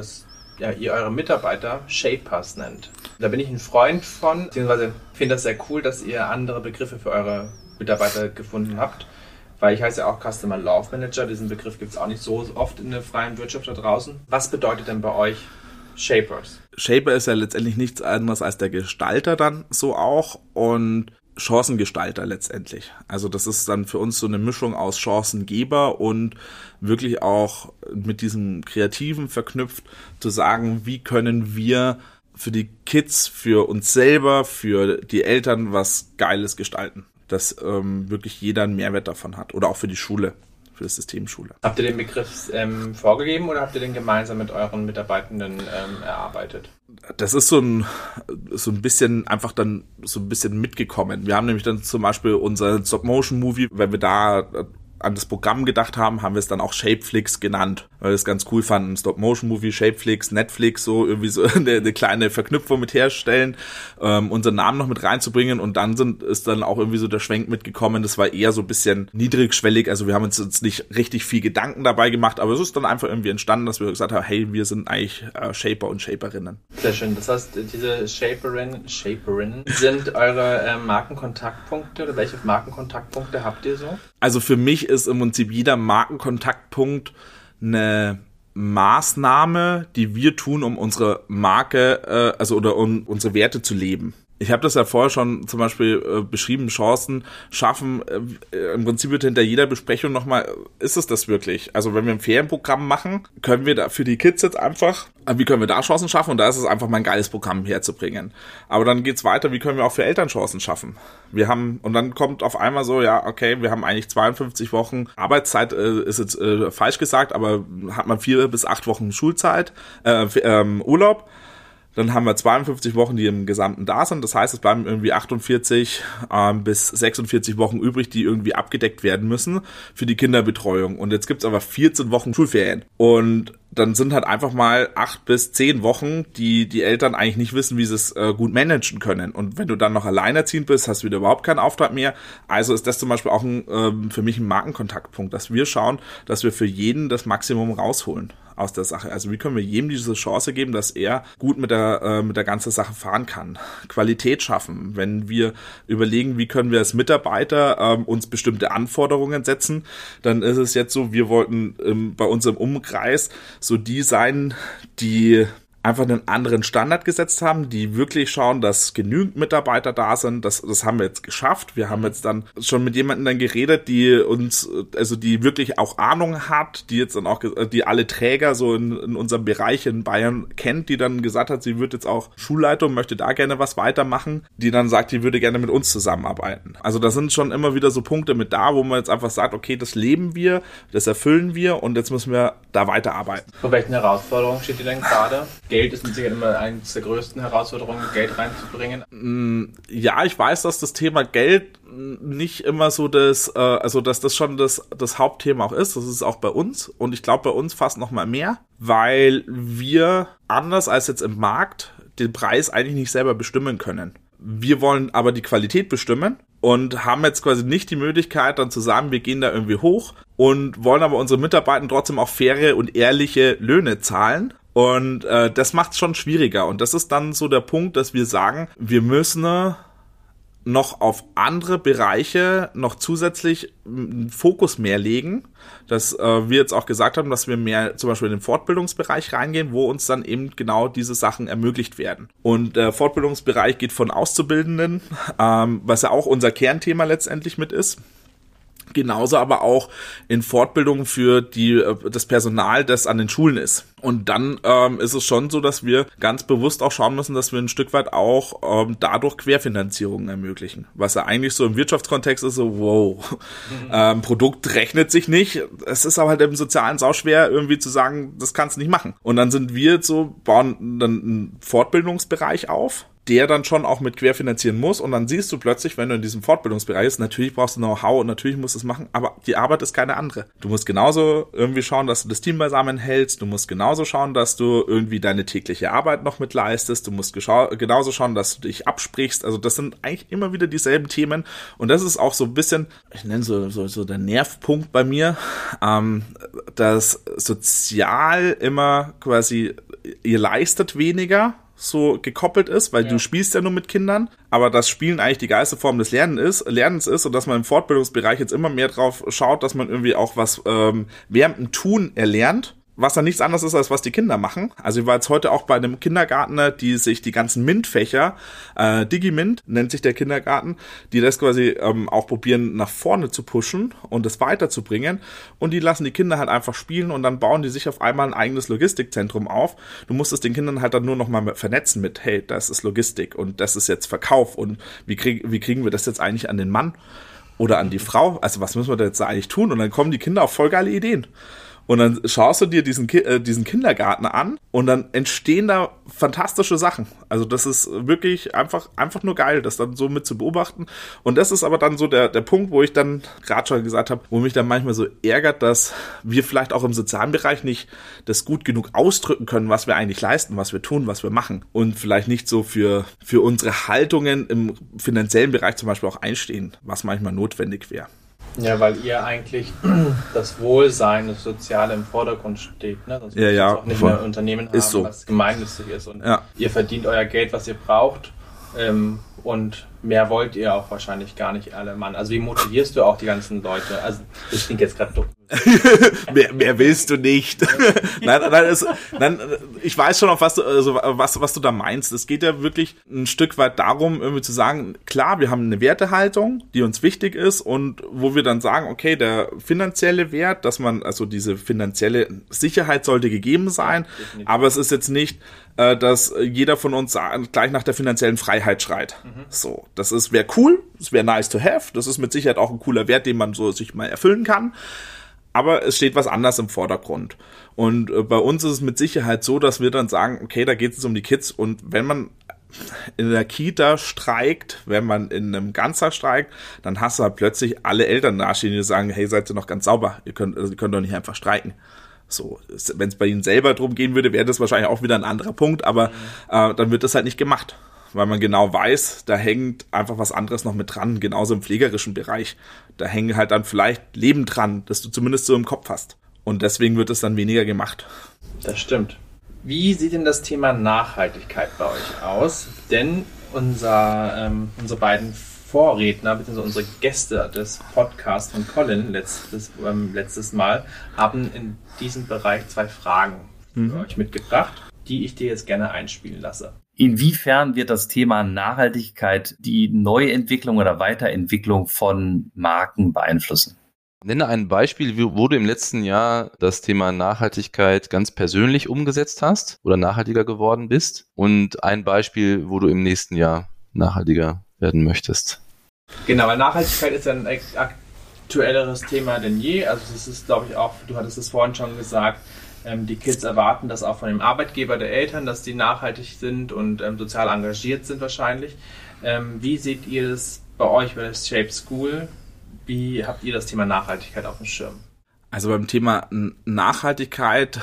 eure Mitarbeiter Shapers nennt. Da bin ich ein Freund von, beziehungsweise finde das sehr cool, dass ihr andere Begriffe für eure Mitarbeiter gefunden habt. Weil ich heiße ja auch Customer Love Manager, diesen Begriff gibt es auch nicht so oft in der freien Wirtschaft da draußen. Was bedeutet denn bei euch Shapers? Shaper ist ja letztendlich nichts anderes als der Gestalter dann so auch und Chancengestalter letztendlich. Also das ist dann für uns so eine Mischung aus Chancengeber und wirklich auch mit diesem Kreativen verknüpft, zu sagen, wie können wir für die Kids, für uns selber, für die Eltern was Geiles gestalten. Dass wirklich jeder einen Mehrwert davon hat. Oder auch für die Schule, für das System Schule. Habt ihr den Begriff vorgegeben oder habt ihr den gemeinsam mit euren Mitarbeitenden erarbeitet? Das ist so ein bisschen einfach dann so ein bisschen mitgekommen. Wir haben nämlich dann zum Beispiel unser Stop-Motion-Movie, wenn wir da an das Programm gedacht haben, haben wir es dann auch Shapeflix genannt, weil wir es ganz cool fanden. Stop-Motion-Movie, Shapeflix, Netflix, so irgendwie so eine kleine Verknüpfung mit herstellen, unseren Namen noch mit reinzubringen und dann ist dann auch irgendwie so der Schwenk mitgekommen. Das war eher so ein bisschen niedrigschwellig, also wir haben uns jetzt nicht richtig viel Gedanken dabei gemacht, aber es ist dann einfach irgendwie entstanden, dass wir gesagt haben, hey, wir sind eigentlich Shaper und Shaperinnen. Sehr schön, das heißt, diese Shaperinnen sind eure Markenkontaktpunkte oder welche Markenkontaktpunkte habt ihr so? Also für mich ist im Prinzip jeder Markenkontaktpunkt eine Maßnahme, die wir tun, um unsere Marke, oder um unsere Werte zu leben. Ich habe das ja vorher schon zum Beispiel beschrieben, Chancen schaffen. Im Prinzip wird hinter jeder Besprechung nochmal, ist es das wirklich? Also wenn wir ein Ferienprogramm machen, können wir da für die Kids jetzt einfach, wie können wir da Chancen schaffen? Und da ist es einfach mal ein geiles Programm herzubringen. Aber dann geht's weiter, wie können wir auch für Eltern Chancen schaffen? Und dann kommt auf einmal so, ja, okay, wir haben eigentlich 52 Wochen Arbeitszeit, ist jetzt falsch gesagt, aber hat man 4 bis 8 Wochen Schulzeit, Urlaub. Dann haben wir 52 Wochen, die im Gesamten da sind. Das heißt, es bleiben irgendwie 48 bis 46 Wochen übrig, die irgendwie abgedeckt werden müssen für die Kinderbetreuung. Und jetzt gibt's aber 14 Wochen Schulferien. Und dann sind halt einfach mal 8 bis 10 Wochen, die Eltern eigentlich nicht wissen, wie sie es gut managen können. Und wenn du dann noch alleinerziehend bist, hast du wieder überhaupt keinen Auftrag mehr. Also ist das zum Beispiel auch für mich ein Markenkontaktpunkt, dass wir schauen, dass wir für jeden das Maximum rausholen aus der Sache. Also wie können wir jedem diese Chance geben, dass er gut mit der ganzen Sache fahren kann. Qualität schaffen. Wenn wir überlegen, wie können wir als Mitarbeiter uns bestimmte Anforderungen setzen, dann ist es jetzt so, wir wollten bei uns im Umkreis so die sein, die einfach einen anderen Standard gesetzt haben, die wirklich schauen, dass genügend Mitarbeiter da sind. Das haben wir jetzt geschafft. Wir haben jetzt dann schon mit jemandem dann geredet, die wirklich auch Ahnung hat, die jetzt dann auch, die alle Träger so in unserem Bereich in Bayern kennt, die dann gesagt hat, sie wird jetzt auch Schulleitung, möchte da gerne was weitermachen, die dann sagt, die würde gerne mit uns zusammenarbeiten. Also da sind schon immer wieder so Punkte mit da, wo man jetzt einfach sagt, okay, das leben wir, das erfüllen wir und jetzt müssen wir da weiterarbeiten. Vor welchen Herausforderungen steht ihr denn gerade? Geld ist mit Sicherheit immer eine der größten Herausforderungen, Geld reinzubringen. Ja, ich weiß, dass das Thema Geld nicht immer so dass das schon das Hauptthema auch ist. Das ist auch bei uns und ich glaube bei uns fast noch mal mehr, weil wir anders als jetzt im Markt den Preis eigentlich nicht selber bestimmen können. Wir wollen aber die Qualität bestimmen und haben jetzt quasi nicht die Möglichkeit dann zu sagen, wir gehen da irgendwie hoch und wollen aber unsere Mitarbeiter trotzdem auch faire und ehrliche Löhne zahlen. Und das macht es schon schwieriger. Und das ist dann so der Punkt, dass wir sagen, wir müssen noch auf andere Bereiche noch zusätzlich einen Fokus mehr legen. Dass wir jetzt auch gesagt haben, dass wir mehr zum Beispiel in den Fortbildungsbereich reingehen, wo uns dann eben genau diese Sachen ermöglicht werden. Und der Fortbildungsbereich geht von Auszubildenden, was ja auch unser Kernthema letztendlich mit ist. Genauso aber auch in Fortbildung für das Personal, das an den Schulen ist. Und dann ist es schon so, dass wir ganz bewusst auch schauen müssen, dass wir ein Stück weit auch dadurch Querfinanzierungen ermöglichen. Was ja eigentlich so im Wirtschaftskontext ist, so wow, Produkt rechnet sich nicht. Es ist aber halt im Sozialen sau schwer irgendwie zu sagen, das kannst du nicht machen. Und dann sind wir jetzt so, bauen dann einen Fortbildungsbereich auf, der dann schon auch mit querfinanzieren muss und dann siehst du plötzlich, wenn du in diesem Fortbildungsbereich bist, natürlich brauchst du Know-how und natürlich musst du es machen, aber die Arbeit ist keine andere. Du musst genauso irgendwie schauen, dass du das Team beisammen hältst, du musst genauso schauen, dass du irgendwie deine tägliche Arbeit noch mit leistest, du musst genauso schauen, dass du dich absprichst, also das sind eigentlich immer wieder dieselben Themen und das ist auch so ein bisschen, ich nenne so der Nervpunkt bei mir, dass sozial immer quasi, ihr leistet weniger, so gekoppelt ist, weil du spielst ja nur mit Kindern, aber das Spielen eigentlich die geilste Form des Lernens ist und dass man im Fortbildungsbereich jetzt immer mehr drauf schaut, dass man irgendwie auch was während dem Tun erlernt, was dann nichts anderes ist, als was die Kinder machen. Also ich war jetzt heute auch bei einem Kindergartner, die sich die ganzen MINT-Fächer, DigiMint nennt sich der Kindergarten, die das quasi auch probieren nach vorne zu pushen und das weiterzubringen und die lassen die Kinder halt einfach spielen und dann bauen die sich auf einmal ein eigenes Logistikzentrum auf. Du musst es den Kindern halt dann nur noch mal vernetzen mit, hey, das ist Logistik und das ist jetzt Verkauf und wie kriegen wir das jetzt eigentlich an den Mann oder an die Frau? Also was müssen wir da jetzt eigentlich tun? Und dann kommen die Kinder auf voll geile Ideen. Und dann schaust du dir diesen Kindergarten an und dann entstehen da fantastische Sachen. Also das ist wirklich einfach nur geil, das dann so mit zu beobachten. Und das ist aber dann so der Punkt, wo ich dann gerade schon gesagt habe, wo mich dann manchmal so ärgert, dass wir vielleicht auch im sozialen Bereich nicht das gut genug ausdrücken können, was wir eigentlich leisten, was wir tun, was wir machen. Und vielleicht nicht so für unsere Haltungen im finanziellen Bereich zum Beispiel auch einstehen, was manchmal notwendig wäre. Ja, weil ihr eigentlich das Wohlsein, das Soziale im Vordergrund steht. Ne? Sonst müsst ihr auch nicht mehr ein Unternehmen haben, so. Was gemeinnützig ist. Und ihr verdient euer Geld, was ihr braucht. Und mehr wollt ihr auch wahrscheinlich gar nicht alle Mann. Also wie motivierst du auch die ganzen Leute? Also das klingt jetzt gerade dumm. mehr willst du nicht. Nein, ich weiß schon, auf was du da meinst. Es geht ja wirklich ein Stück weit darum, irgendwie zu sagen, klar, wir haben eine Wertehaltung, die uns wichtig ist und wo wir dann sagen, okay, der finanzielle Wert, also diese finanzielle Sicherheit sollte gegeben sein, aber es ist jetzt nicht, dass jeder von uns gleich nach der finanziellen Freiheit schreit. So, das wäre cool, das wäre nice to have, das ist mit Sicherheit auch ein cooler Wert, den man so sich mal erfüllen kann. Aber es steht was anderes im Vordergrund. Und bei uns ist es mit Sicherheit so, dass wir dann sagen, okay, da geht es um die Kids. Und wenn man in der Kita streikt, wenn man in einem Ganztag streikt, dann hast du halt plötzlich alle Eltern dastehen, die sagen, hey, seid ihr noch ganz sauber? Ihr könnt doch nicht einfach streiken. So, wenn es bei ihnen selber drum gehen würde, wäre das wahrscheinlich auch wieder ein anderer Punkt. Aber dann wird das halt nicht gemacht. Weil man genau weiß, da hängt einfach was anderes noch mit dran, genauso im pflegerischen Bereich. Da hängen halt dann vielleicht Leben dran, das du zumindest so im Kopf hast. Und deswegen wird es dann weniger gemacht. Das stimmt. Wie sieht denn das Thema Nachhaltigkeit bei euch aus? Denn unsere beiden Vorredner, bzw. unsere Gäste des Podcasts von Colin letztes Mal, haben in diesem Bereich 2 Fragen für euch mitgebracht, die ich dir jetzt gerne einspielen lasse. Inwiefern wird das Thema Nachhaltigkeit die Neuentwicklung oder Weiterentwicklung von Marken beeinflussen? Nenne ein Beispiel, wo du im letzten Jahr das Thema Nachhaltigkeit ganz persönlich umgesetzt hast oder nachhaltiger geworden bist und ein Beispiel, wo du im nächsten Jahr nachhaltiger werden möchtest. Genau, weil Nachhaltigkeit ist ein aktuelleres Thema denn je. Also das ist, glaube ich, auch, du hattest es vorhin schon gesagt, die Kids erwarten das auch von dem Arbeitgeber der Eltern, dass die nachhaltig sind und sozial engagiert sind wahrscheinlich. Wie seht ihr das bei euch bei der Shape School? Wie habt ihr das Thema Nachhaltigkeit auf dem Schirm? Also beim Thema Nachhaltigkeit,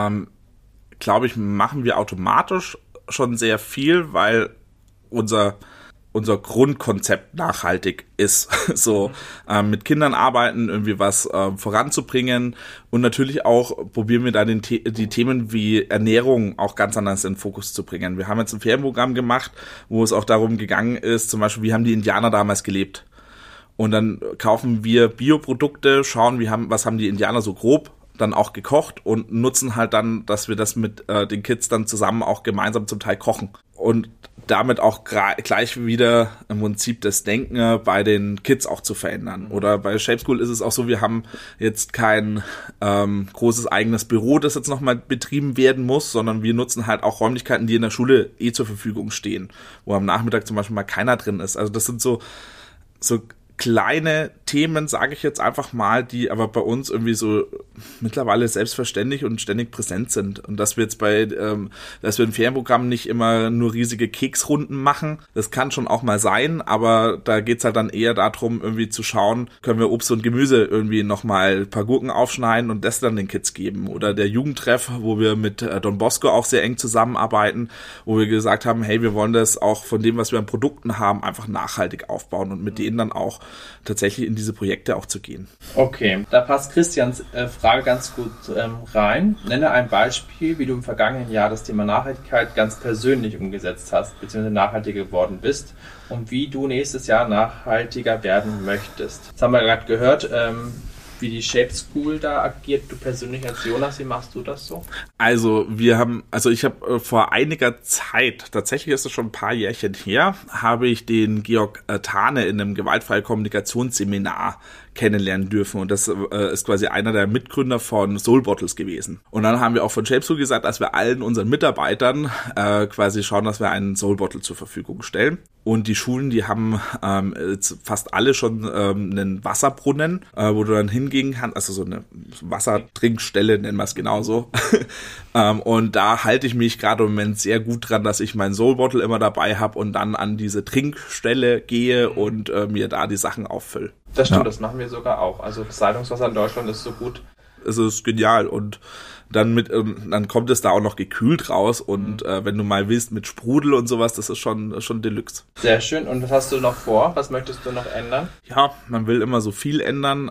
glaube ich, machen wir automatisch schon sehr viel, weil unser Grundkonzept nachhaltig ist, so mit Kindern arbeiten, irgendwie was voranzubringen und natürlich auch probieren wir da die Themen wie Ernährung auch ganz anders in den Fokus zu bringen. Wir haben jetzt ein Ferienprogramm gemacht, wo es auch darum gegangen ist, zum Beispiel, wie haben die Indianer damals gelebt? Und dann kaufen wir Bioprodukte, schauen, was haben die Indianer so grob dann auch gekocht und nutzen halt dann, dass wir das mit den Kids dann zusammen auch gemeinsam zum Teil kochen. Und damit auch gleich wieder im Prinzip das Denken bei den Kids auch zu verändern. Oder bei Shape School ist es auch so, wir haben jetzt kein großes eigenes Büro, das jetzt nochmal betrieben werden muss, sondern wir nutzen halt auch Räumlichkeiten, die in der Schule zur Verfügung stehen, wo am Nachmittag zum Beispiel mal keiner drin ist. Also das sind so kleine Themen, sage ich jetzt einfach mal, die aber bei uns irgendwie so mittlerweile selbstverständlich und ständig präsent sind. Und dass wir jetzt dass wir im Ferienprogramm nicht immer nur riesige Keksrunden machen, das kann schon auch mal sein, aber da geht's halt dann eher darum, irgendwie zu schauen, können wir Obst und Gemüse irgendwie nochmal ein paar Gurken aufschneiden und das dann den Kids geben. Oder der Jugendtreff, wo wir mit Don Bosco auch sehr eng zusammenarbeiten, wo wir gesagt haben, hey, wir wollen das auch von dem, was wir an Produkten haben, einfach nachhaltig aufbauen und mit denen dann auch tatsächlich in diese Projekte auch zu gehen. Okay, da passt Christians Frage ganz gut rein. Nenne ein Beispiel, wie du im vergangenen Jahr das Thema Nachhaltigkeit ganz persönlich umgesetzt hast, beziehungsweise nachhaltiger geworden bist und wie du nächstes Jahr nachhaltiger werden möchtest. Das haben wir gerade gehört, wie die Shape School da agiert. Du persönlich als Jonas, wie machst du das so? Also ich habe vor einiger Zeit, tatsächlich ist es schon ein paar Jährchen her, habe ich den Georg Thane in einem gewaltfreie Kommunikationsseminar kennenlernen dürfen und das ist quasi einer der Mitgründer von Soul Bottles gewesen. Und dann haben wir auch von Shape School gesagt, dass wir allen unseren Mitarbeitern quasi schauen, dass wir einen Soul Bottle zur Verfügung stellen. Und die Schulen, die haben jetzt fast alle schon einen Wasserbrunnen, wo du dann hingehen hingehen kann, also so eine Wassertrinkstelle, nennen wir es genauso. Und da halte ich mich gerade im Moment sehr gut dran, dass ich meinen Soul Bottle immer dabei habe und dann an diese Trinkstelle gehe und mir da die Sachen auffülle. Das stimmt, das machen wir sogar auch. Also das Leitungswasser in Deutschland ist so gut. Es ist genial und dann kommt es da auch noch gekühlt raus und wenn du mal willst mit Sprudel und sowas, das ist schon Deluxe. Sehr schön. Und was hast du noch vor? Was möchtest du noch ändern? Ja, man will immer so viel ändern.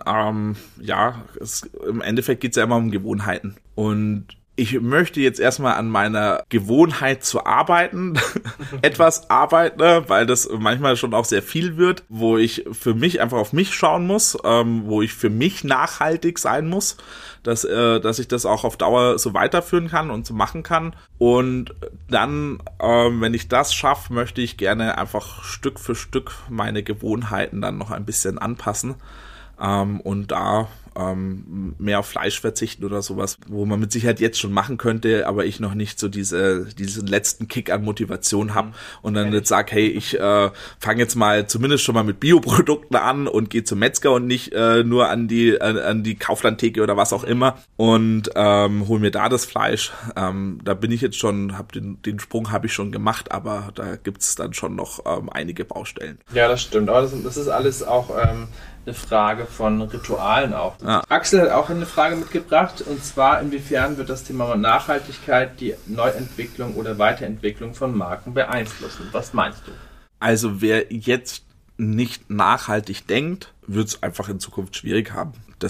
Im Endeffekt geht es ja immer um Gewohnheiten. Und ich möchte jetzt erstmal an meiner Gewohnheit zu arbeiten, etwas arbeiten, weil das manchmal schon auch sehr viel wird, wo ich für mich einfach auf mich schauen muss, wo ich für mich nachhaltig sein muss, dass ich das auch auf Dauer so weiterführen kann und so machen kann. Und dann, wenn ich das schaffe, möchte ich gerne einfach Stück für Stück meine Gewohnheiten dann noch ein bisschen anpassen und da mehr auf Fleisch verzichten oder sowas, wo man mit Sicherheit jetzt schon machen könnte, aber ich noch nicht so diesen letzten Kick an Motivation habe und dann jetzt sage, hey, ich fange jetzt mal zumindest schon mal mit Bioprodukten an und gehe zum Metzger und nicht nur an die Kauflandtheke oder was auch immer und hol mir da das Fleisch. Da bin ich jetzt schon, den Sprung habe ich schon gemacht, aber da gibt's dann schon noch einige Baustellen. Ja, das stimmt, aber das ist alles auch eine Frage von Ritualen auch. Ja. Axel hat auch eine Frage mitgebracht, und zwar, inwiefern wird das Thema Nachhaltigkeit die Neuentwicklung oder Weiterentwicklung von Marken beeinflussen? Was meinst du? Also wer jetzt nicht nachhaltig denkt, wird es einfach in Zukunft schwierig haben.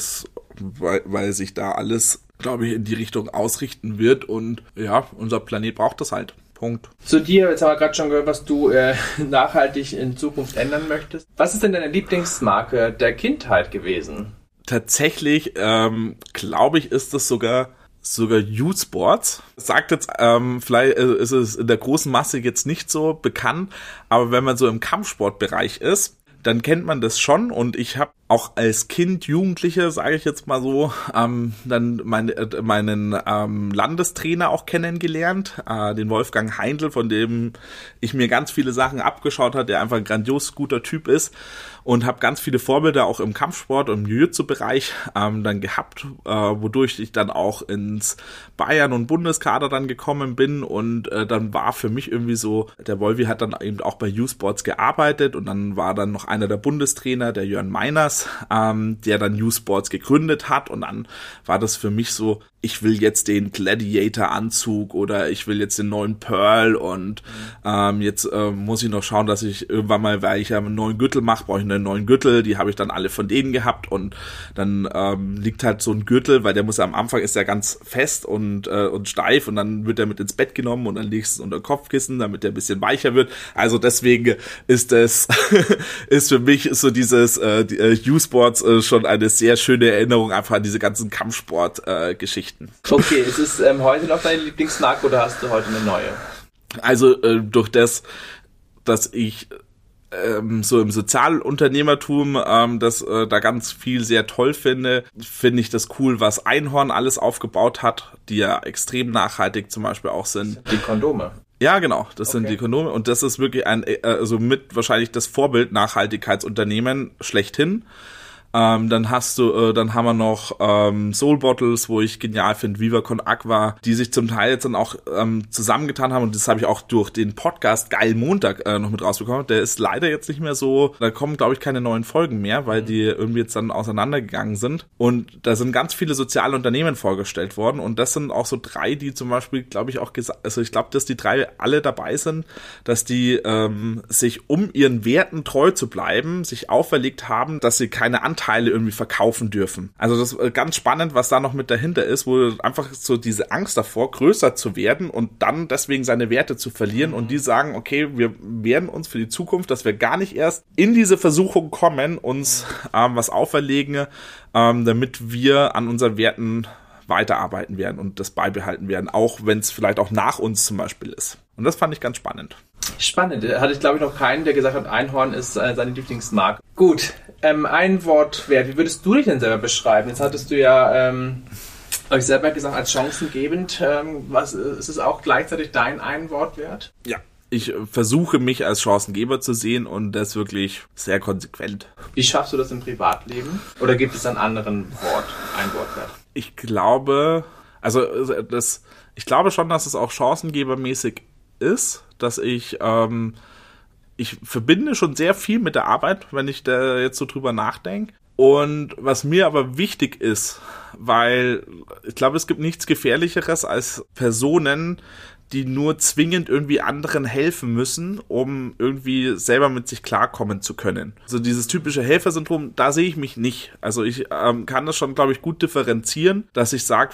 Weil sich da alles, glaube ich, in die Richtung ausrichten wird und ja, unser Planet braucht das halt. Punkt. Zu dir, jetzt haben wir gerade schon gehört, was du nachhaltig in Zukunft ändern möchtest. Was ist denn deine Lieblingsmarke der Kindheit gewesen? Tatsächlich, glaube ich, ist das sogar Youth Sports. Sagt jetzt, vielleicht ist es in der großen Masse jetzt nicht so bekannt, aber wenn man so im Kampfsportbereich ist, dann kennt man das schon und ich habe auch als Kind, Jugendliche, sage ich jetzt mal so, dann meinen Landestrainer auch kennengelernt, den Wolfgang Heindl, von dem ich mir ganz viele Sachen abgeschaut habe, der einfach ein grandios guter Typ ist und habe ganz viele Vorbilder auch im Kampfsport und im Jiu-Jitsu-Bereich dann gehabt, wodurch ich dann auch ins Bayern- und Bundeskader dann gekommen bin und dann war für mich irgendwie so, der Wolfi hat dann eben auch bei Youth Sports gearbeitet und dann war dann noch einer der Bundestrainer, der Jörn Meiners, der dann Youth Sports gegründet hat und dann war das für mich so, ich will jetzt den Gladiator-Anzug oder ich will jetzt den neuen Pearl und jetzt muss ich noch schauen, dass ich irgendwann mal, weil ich ja einen neuen Gürtel mache, brauche ich einen neuen Gürtel, die habe ich dann alle von denen gehabt und dann liegt halt so ein Gürtel, weil der muss ja am Anfang ist der ganz fest und steif und dann wird er mit ins Bett genommen und dann legst du es unter Kopfkissen, damit der ein bisschen weicher wird. Also deswegen ist das ist für mich so dieses Youth Sports schon eine sehr schöne Erinnerung einfach an diese ganzen Kampfsport-Geschichten. Okay, ist es heute noch deine Lieblingsmarke oder hast du heute eine neue? Also durch das, dass ich so im Sozialunternehmertum da ganz viel sehr toll finde ich das cool, was Einhorn alles aufgebaut hat, die ja extrem nachhaltig zum Beispiel auch sind. Die Kondome. Ja, genau, das sind die Kondome und das ist wirklich mit wahrscheinlich das Vorbild Nachhaltigkeitsunternehmen schlechthin. Dann haben wir noch Soul Bottles, wo ich genial finde, Viva Con Aqua, die sich zum Teil jetzt dann auch zusammengetan haben und das habe ich auch durch den Podcast Geil Montag noch mit rausbekommen. Der ist leider jetzt nicht mehr so, da kommen glaube ich keine neuen Folgen mehr, weil die irgendwie jetzt dann auseinandergegangen sind und da sind ganz viele soziale Unternehmen vorgestellt worden und das sind auch so 3, die zum Beispiel glaube ich auch also ich glaube, dass die 3 alle dabei sind, dass die sich um ihren Werten treu zu bleiben, sich auferlegt haben, dass sie keine Anteile irgendwie verkaufen dürfen. Also das ist ganz spannend, was da noch mit dahinter ist, wo einfach so diese Angst davor, größer zu werden und dann deswegen seine Werte zu verlieren und die sagen, okay, wir werden uns für die Zukunft, dass wir gar nicht erst in diese Versuchung kommen, uns was auferlegen, damit wir an unseren Werten weiterarbeiten werden und das beibehalten werden, auch wenn es vielleicht auch nach uns zum Beispiel ist. Und das fand ich ganz spannend. Spannend. Da hatte ich, glaube ich, noch keinen, der gesagt hat, Einhorn ist seine Lieblingsmarke. Gut, ein Wortwert. Wie würdest du dich denn selber beschreiben? Jetzt hattest du ja euch selber gesagt, als chancengebend. Ist es auch gleichzeitig dein Wortwert? Ja. ich versuche mich als Chancengeber zu sehen und das wirklich sehr konsequent. Wie schaffst du das im Privatleben? Oder gibt es einen anderen ein Wortwert? Ich glaube, ich glaube schon, dass es auch chancengebermäßig ist, dass ich verbinde schon sehr viel mit der Arbeit, wenn ich da jetzt so drüber nachdenke. Und was mir aber wichtig ist, weil ich glaube, es gibt nichts Gefährlicheres als Personen, die nur zwingend irgendwie anderen helfen müssen, um irgendwie selber mit sich klarkommen zu können. Also dieses typische Helfersyndrom, da sehe ich mich nicht. Also ich kann das schon, glaube ich, gut differenzieren, dass ich sage,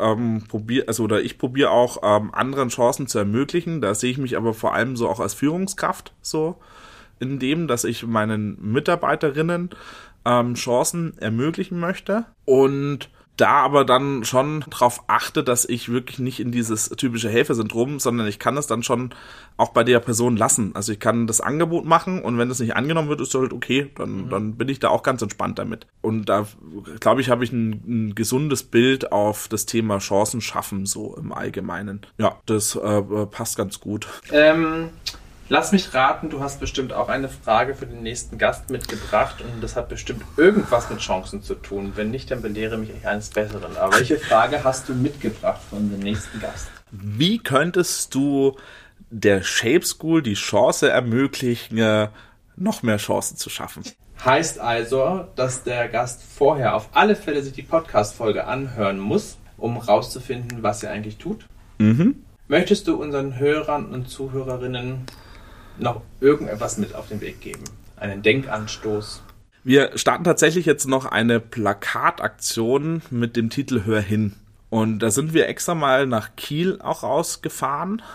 ich probiere auch anderen Chancen zu ermöglichen. Da sehe ich mich aber vor allem so auch als Führungskraft so in dem, dass ich meinen Mitarbeiterinnen Chancen ermöglichen möchte und da aber dann schon drauf achte, dass ich wirklich nicht in dieses typische Helfersyndrom, sondern ich kann es dann schon auch bei der Person lassen. Also ich kann das Angebot machen und wenn das nicht angenommen wird, ist halt okay, dann bin ich da auch ganz entspannt damit. Und da, glaube ich, habe ich ein gesundes Bild auf das Thema Chancen schaffen, so im Allgemeinen. Ja, das passt ganz gut. Lass mich raten, du hast bestimmt auch eine Frage für den nächsten Gast mitgebracht und das hat bestimmt irgendwas mit Chancen zu tun. Wenn nicht, dann belehre mich eines Besseren. Aber welche Frage hast du mitgebracht von dem nächsten Gast? Wie könntest du der Shape School die Chance ermöglichen, noch mehr Chancen zu schaffen? Heißt also, dass der Gast vorher auf alle Fälle sich die Podcast-Folge anhören muss, um rauszufinden, was er eigentlich tut? Mhm. Möchtest du unseren Hörern und Zuhörerinnen noch irgendetwas mit auf den Weg geben? Einen Denkanstoß? Wir starten tatsächlich jetzt noch eine Plakataktion mit dem Titel Hör hin. Und da sind wir extra mal nach Kiel auch rausgefahren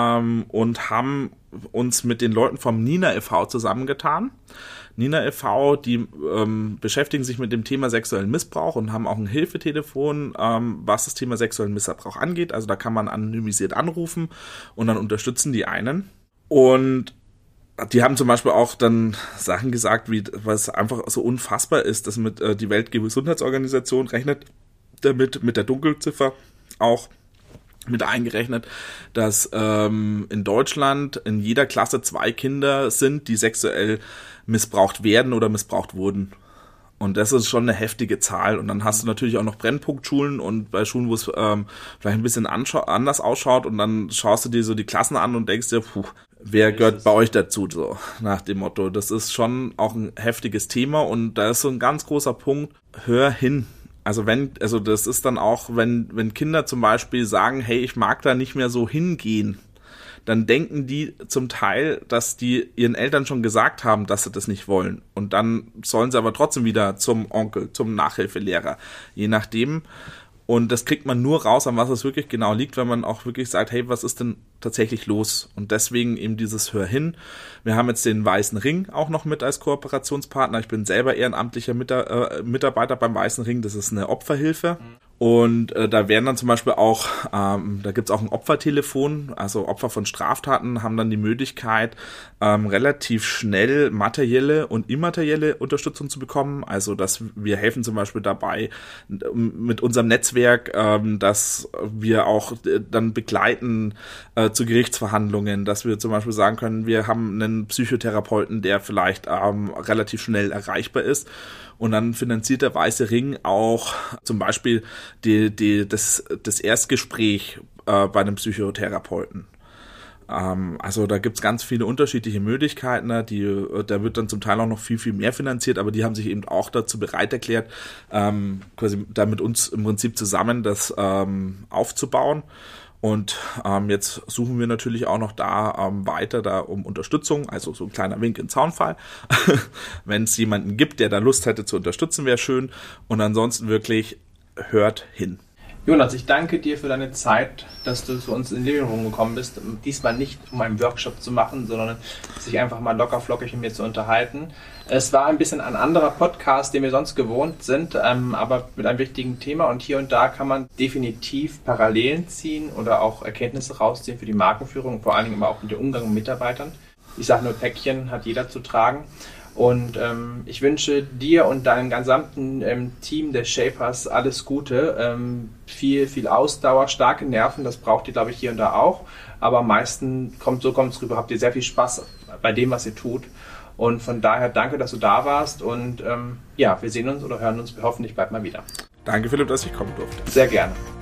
und haben uns mit den Leuten vom Nina e.V. zusammengetan. Nina e.V., die beschäftigen sich mit dem Thema sexuellen Missbrauch und haben auch ein Hilfetelefon, was das Thema sexuellen Missbrauch angeht. Also da kann man anonymisiert anrufen und dann unterstützen die einen. Und die haben zum Beispiel auch dann Sachen gesagt, wie was einfach so unfassbar ist, dass die Weltgesundheitsorganisation rechnet damit mit der Dunkelziffer auch mit eingerechnet, dass in Deutschland in jeder Klasse 2 Kinder sind, die sexuell missbraucht werden oder missbraucht wurden. Und das ist schon eine heftige Zahl. Und dann hast du natürlich auch noch Brennpunktschulen und bei Schulen, wo es vielleicht ein bisschen anders ausschaut und dann schaust du dir so die Klassen an und denkst dir, wer gehört bei euch dazu, so nach dem Motto. Das ist schon auch ein heftiges Thema und da ist so ein ganz großer Punkt, hör hin. Also das ist dann auch, wenn Kinder zum Beispiel sagen, hey, ich mag da nicht mehr so hingehen, dann denken die zum Teil, dass die ihren Eltern schon gesagt haben, dass sie das nicht wollen. Und dann sollen sie aber trotzdem wieder zum Onkel, zum Nachhilfelehrer, je nachdem. Und das kriegt man nur raus, an was es wirklich genau liegt, wenn man auch wirklich sagt, hey, was ist denn tatsächlich los? Und deswegen eben dieses Hör hin. Wir haben jetzt den Weißen Ring auch noch mit als Kooperationspartner. Ich bin selber ehrenamtlicher Mitarbeiter beim Weißen Ring. Das ist eine Opferhilfe. Und da werden dann zum Beispiel auch, da gibt's auch ein Opfertelefon, also Opfer von Straftaten haben dann die Möglichkeit, relativ schnell materielle und immaterielle Unterstützung zu bekommen. Also dass wir helfen zum Beispiel dabei mit unserem Netzwerk, dass wir auch dann begleiten zu Gerichtsverhandlungen, dass wir zum Beispiel sagen können, wir haben einen Psychotherapeuten, der vielleicht relativ schnell erreichbar ist. Und dann finanziert der Weiße Ring auch zum Beispiel das Erstgespräch bei einem Psychotherapeuten. Also da gibt's ganz viele unterschiedliche Möglichkeiten. Da wird dann zum Teil auch noch viel, viel mehr finanziert, aber die haben sich eben auch dazu bereit erklärt, quasi da mit uns im Prinzip zusammen das aufzubauen. Und jetzt suchen wir natürlich auch noch da weiter da um Unterstützung, also so ein kleiner Wink ins Zaunfall. Wenn es jemanden gibt, der da Lust hätte zu unterstützen, wäre schön. Und ansonsten wirklich hört hin. Jonas, ich danke dir für deine Zeit, dass du zu uns in den Living Room gekommen bist. Diesmal nicht, um einen Workshop zu machen, sondern sich einfach mal locker flockig mit mir zu unterhalten. Es war ein bisschen ein anderer Podcast, den wir sonst gewohnt sind, aber mit einem wichtigen Thema. Und hier und da kann man definitiv Parallelen ziehen oder auch Erkenntnisse rausziehen für die Markenführung, vor allen Dingen aber auch mit dem Umgang mit Mitarbeitern. Ich sage nur, Päckchen hat jeder zu tragen. Und ich wünsche dir und deinem gesamten Team der Shapers alles Gute. Viel Ausdauer, starke Nerven, das braucht ihr, glaube ich, hier und da auch. Aber am meisten kommt es rüber, habt ihr sehr viel Spaß bei dem, was ihr tut. Und von daher danke, dass du da warst. Und wir sehen uns oder hören uns hoffentlich bald mal wieder. Danke, Philipp, dass ich kommen durfte. Sehr gerne.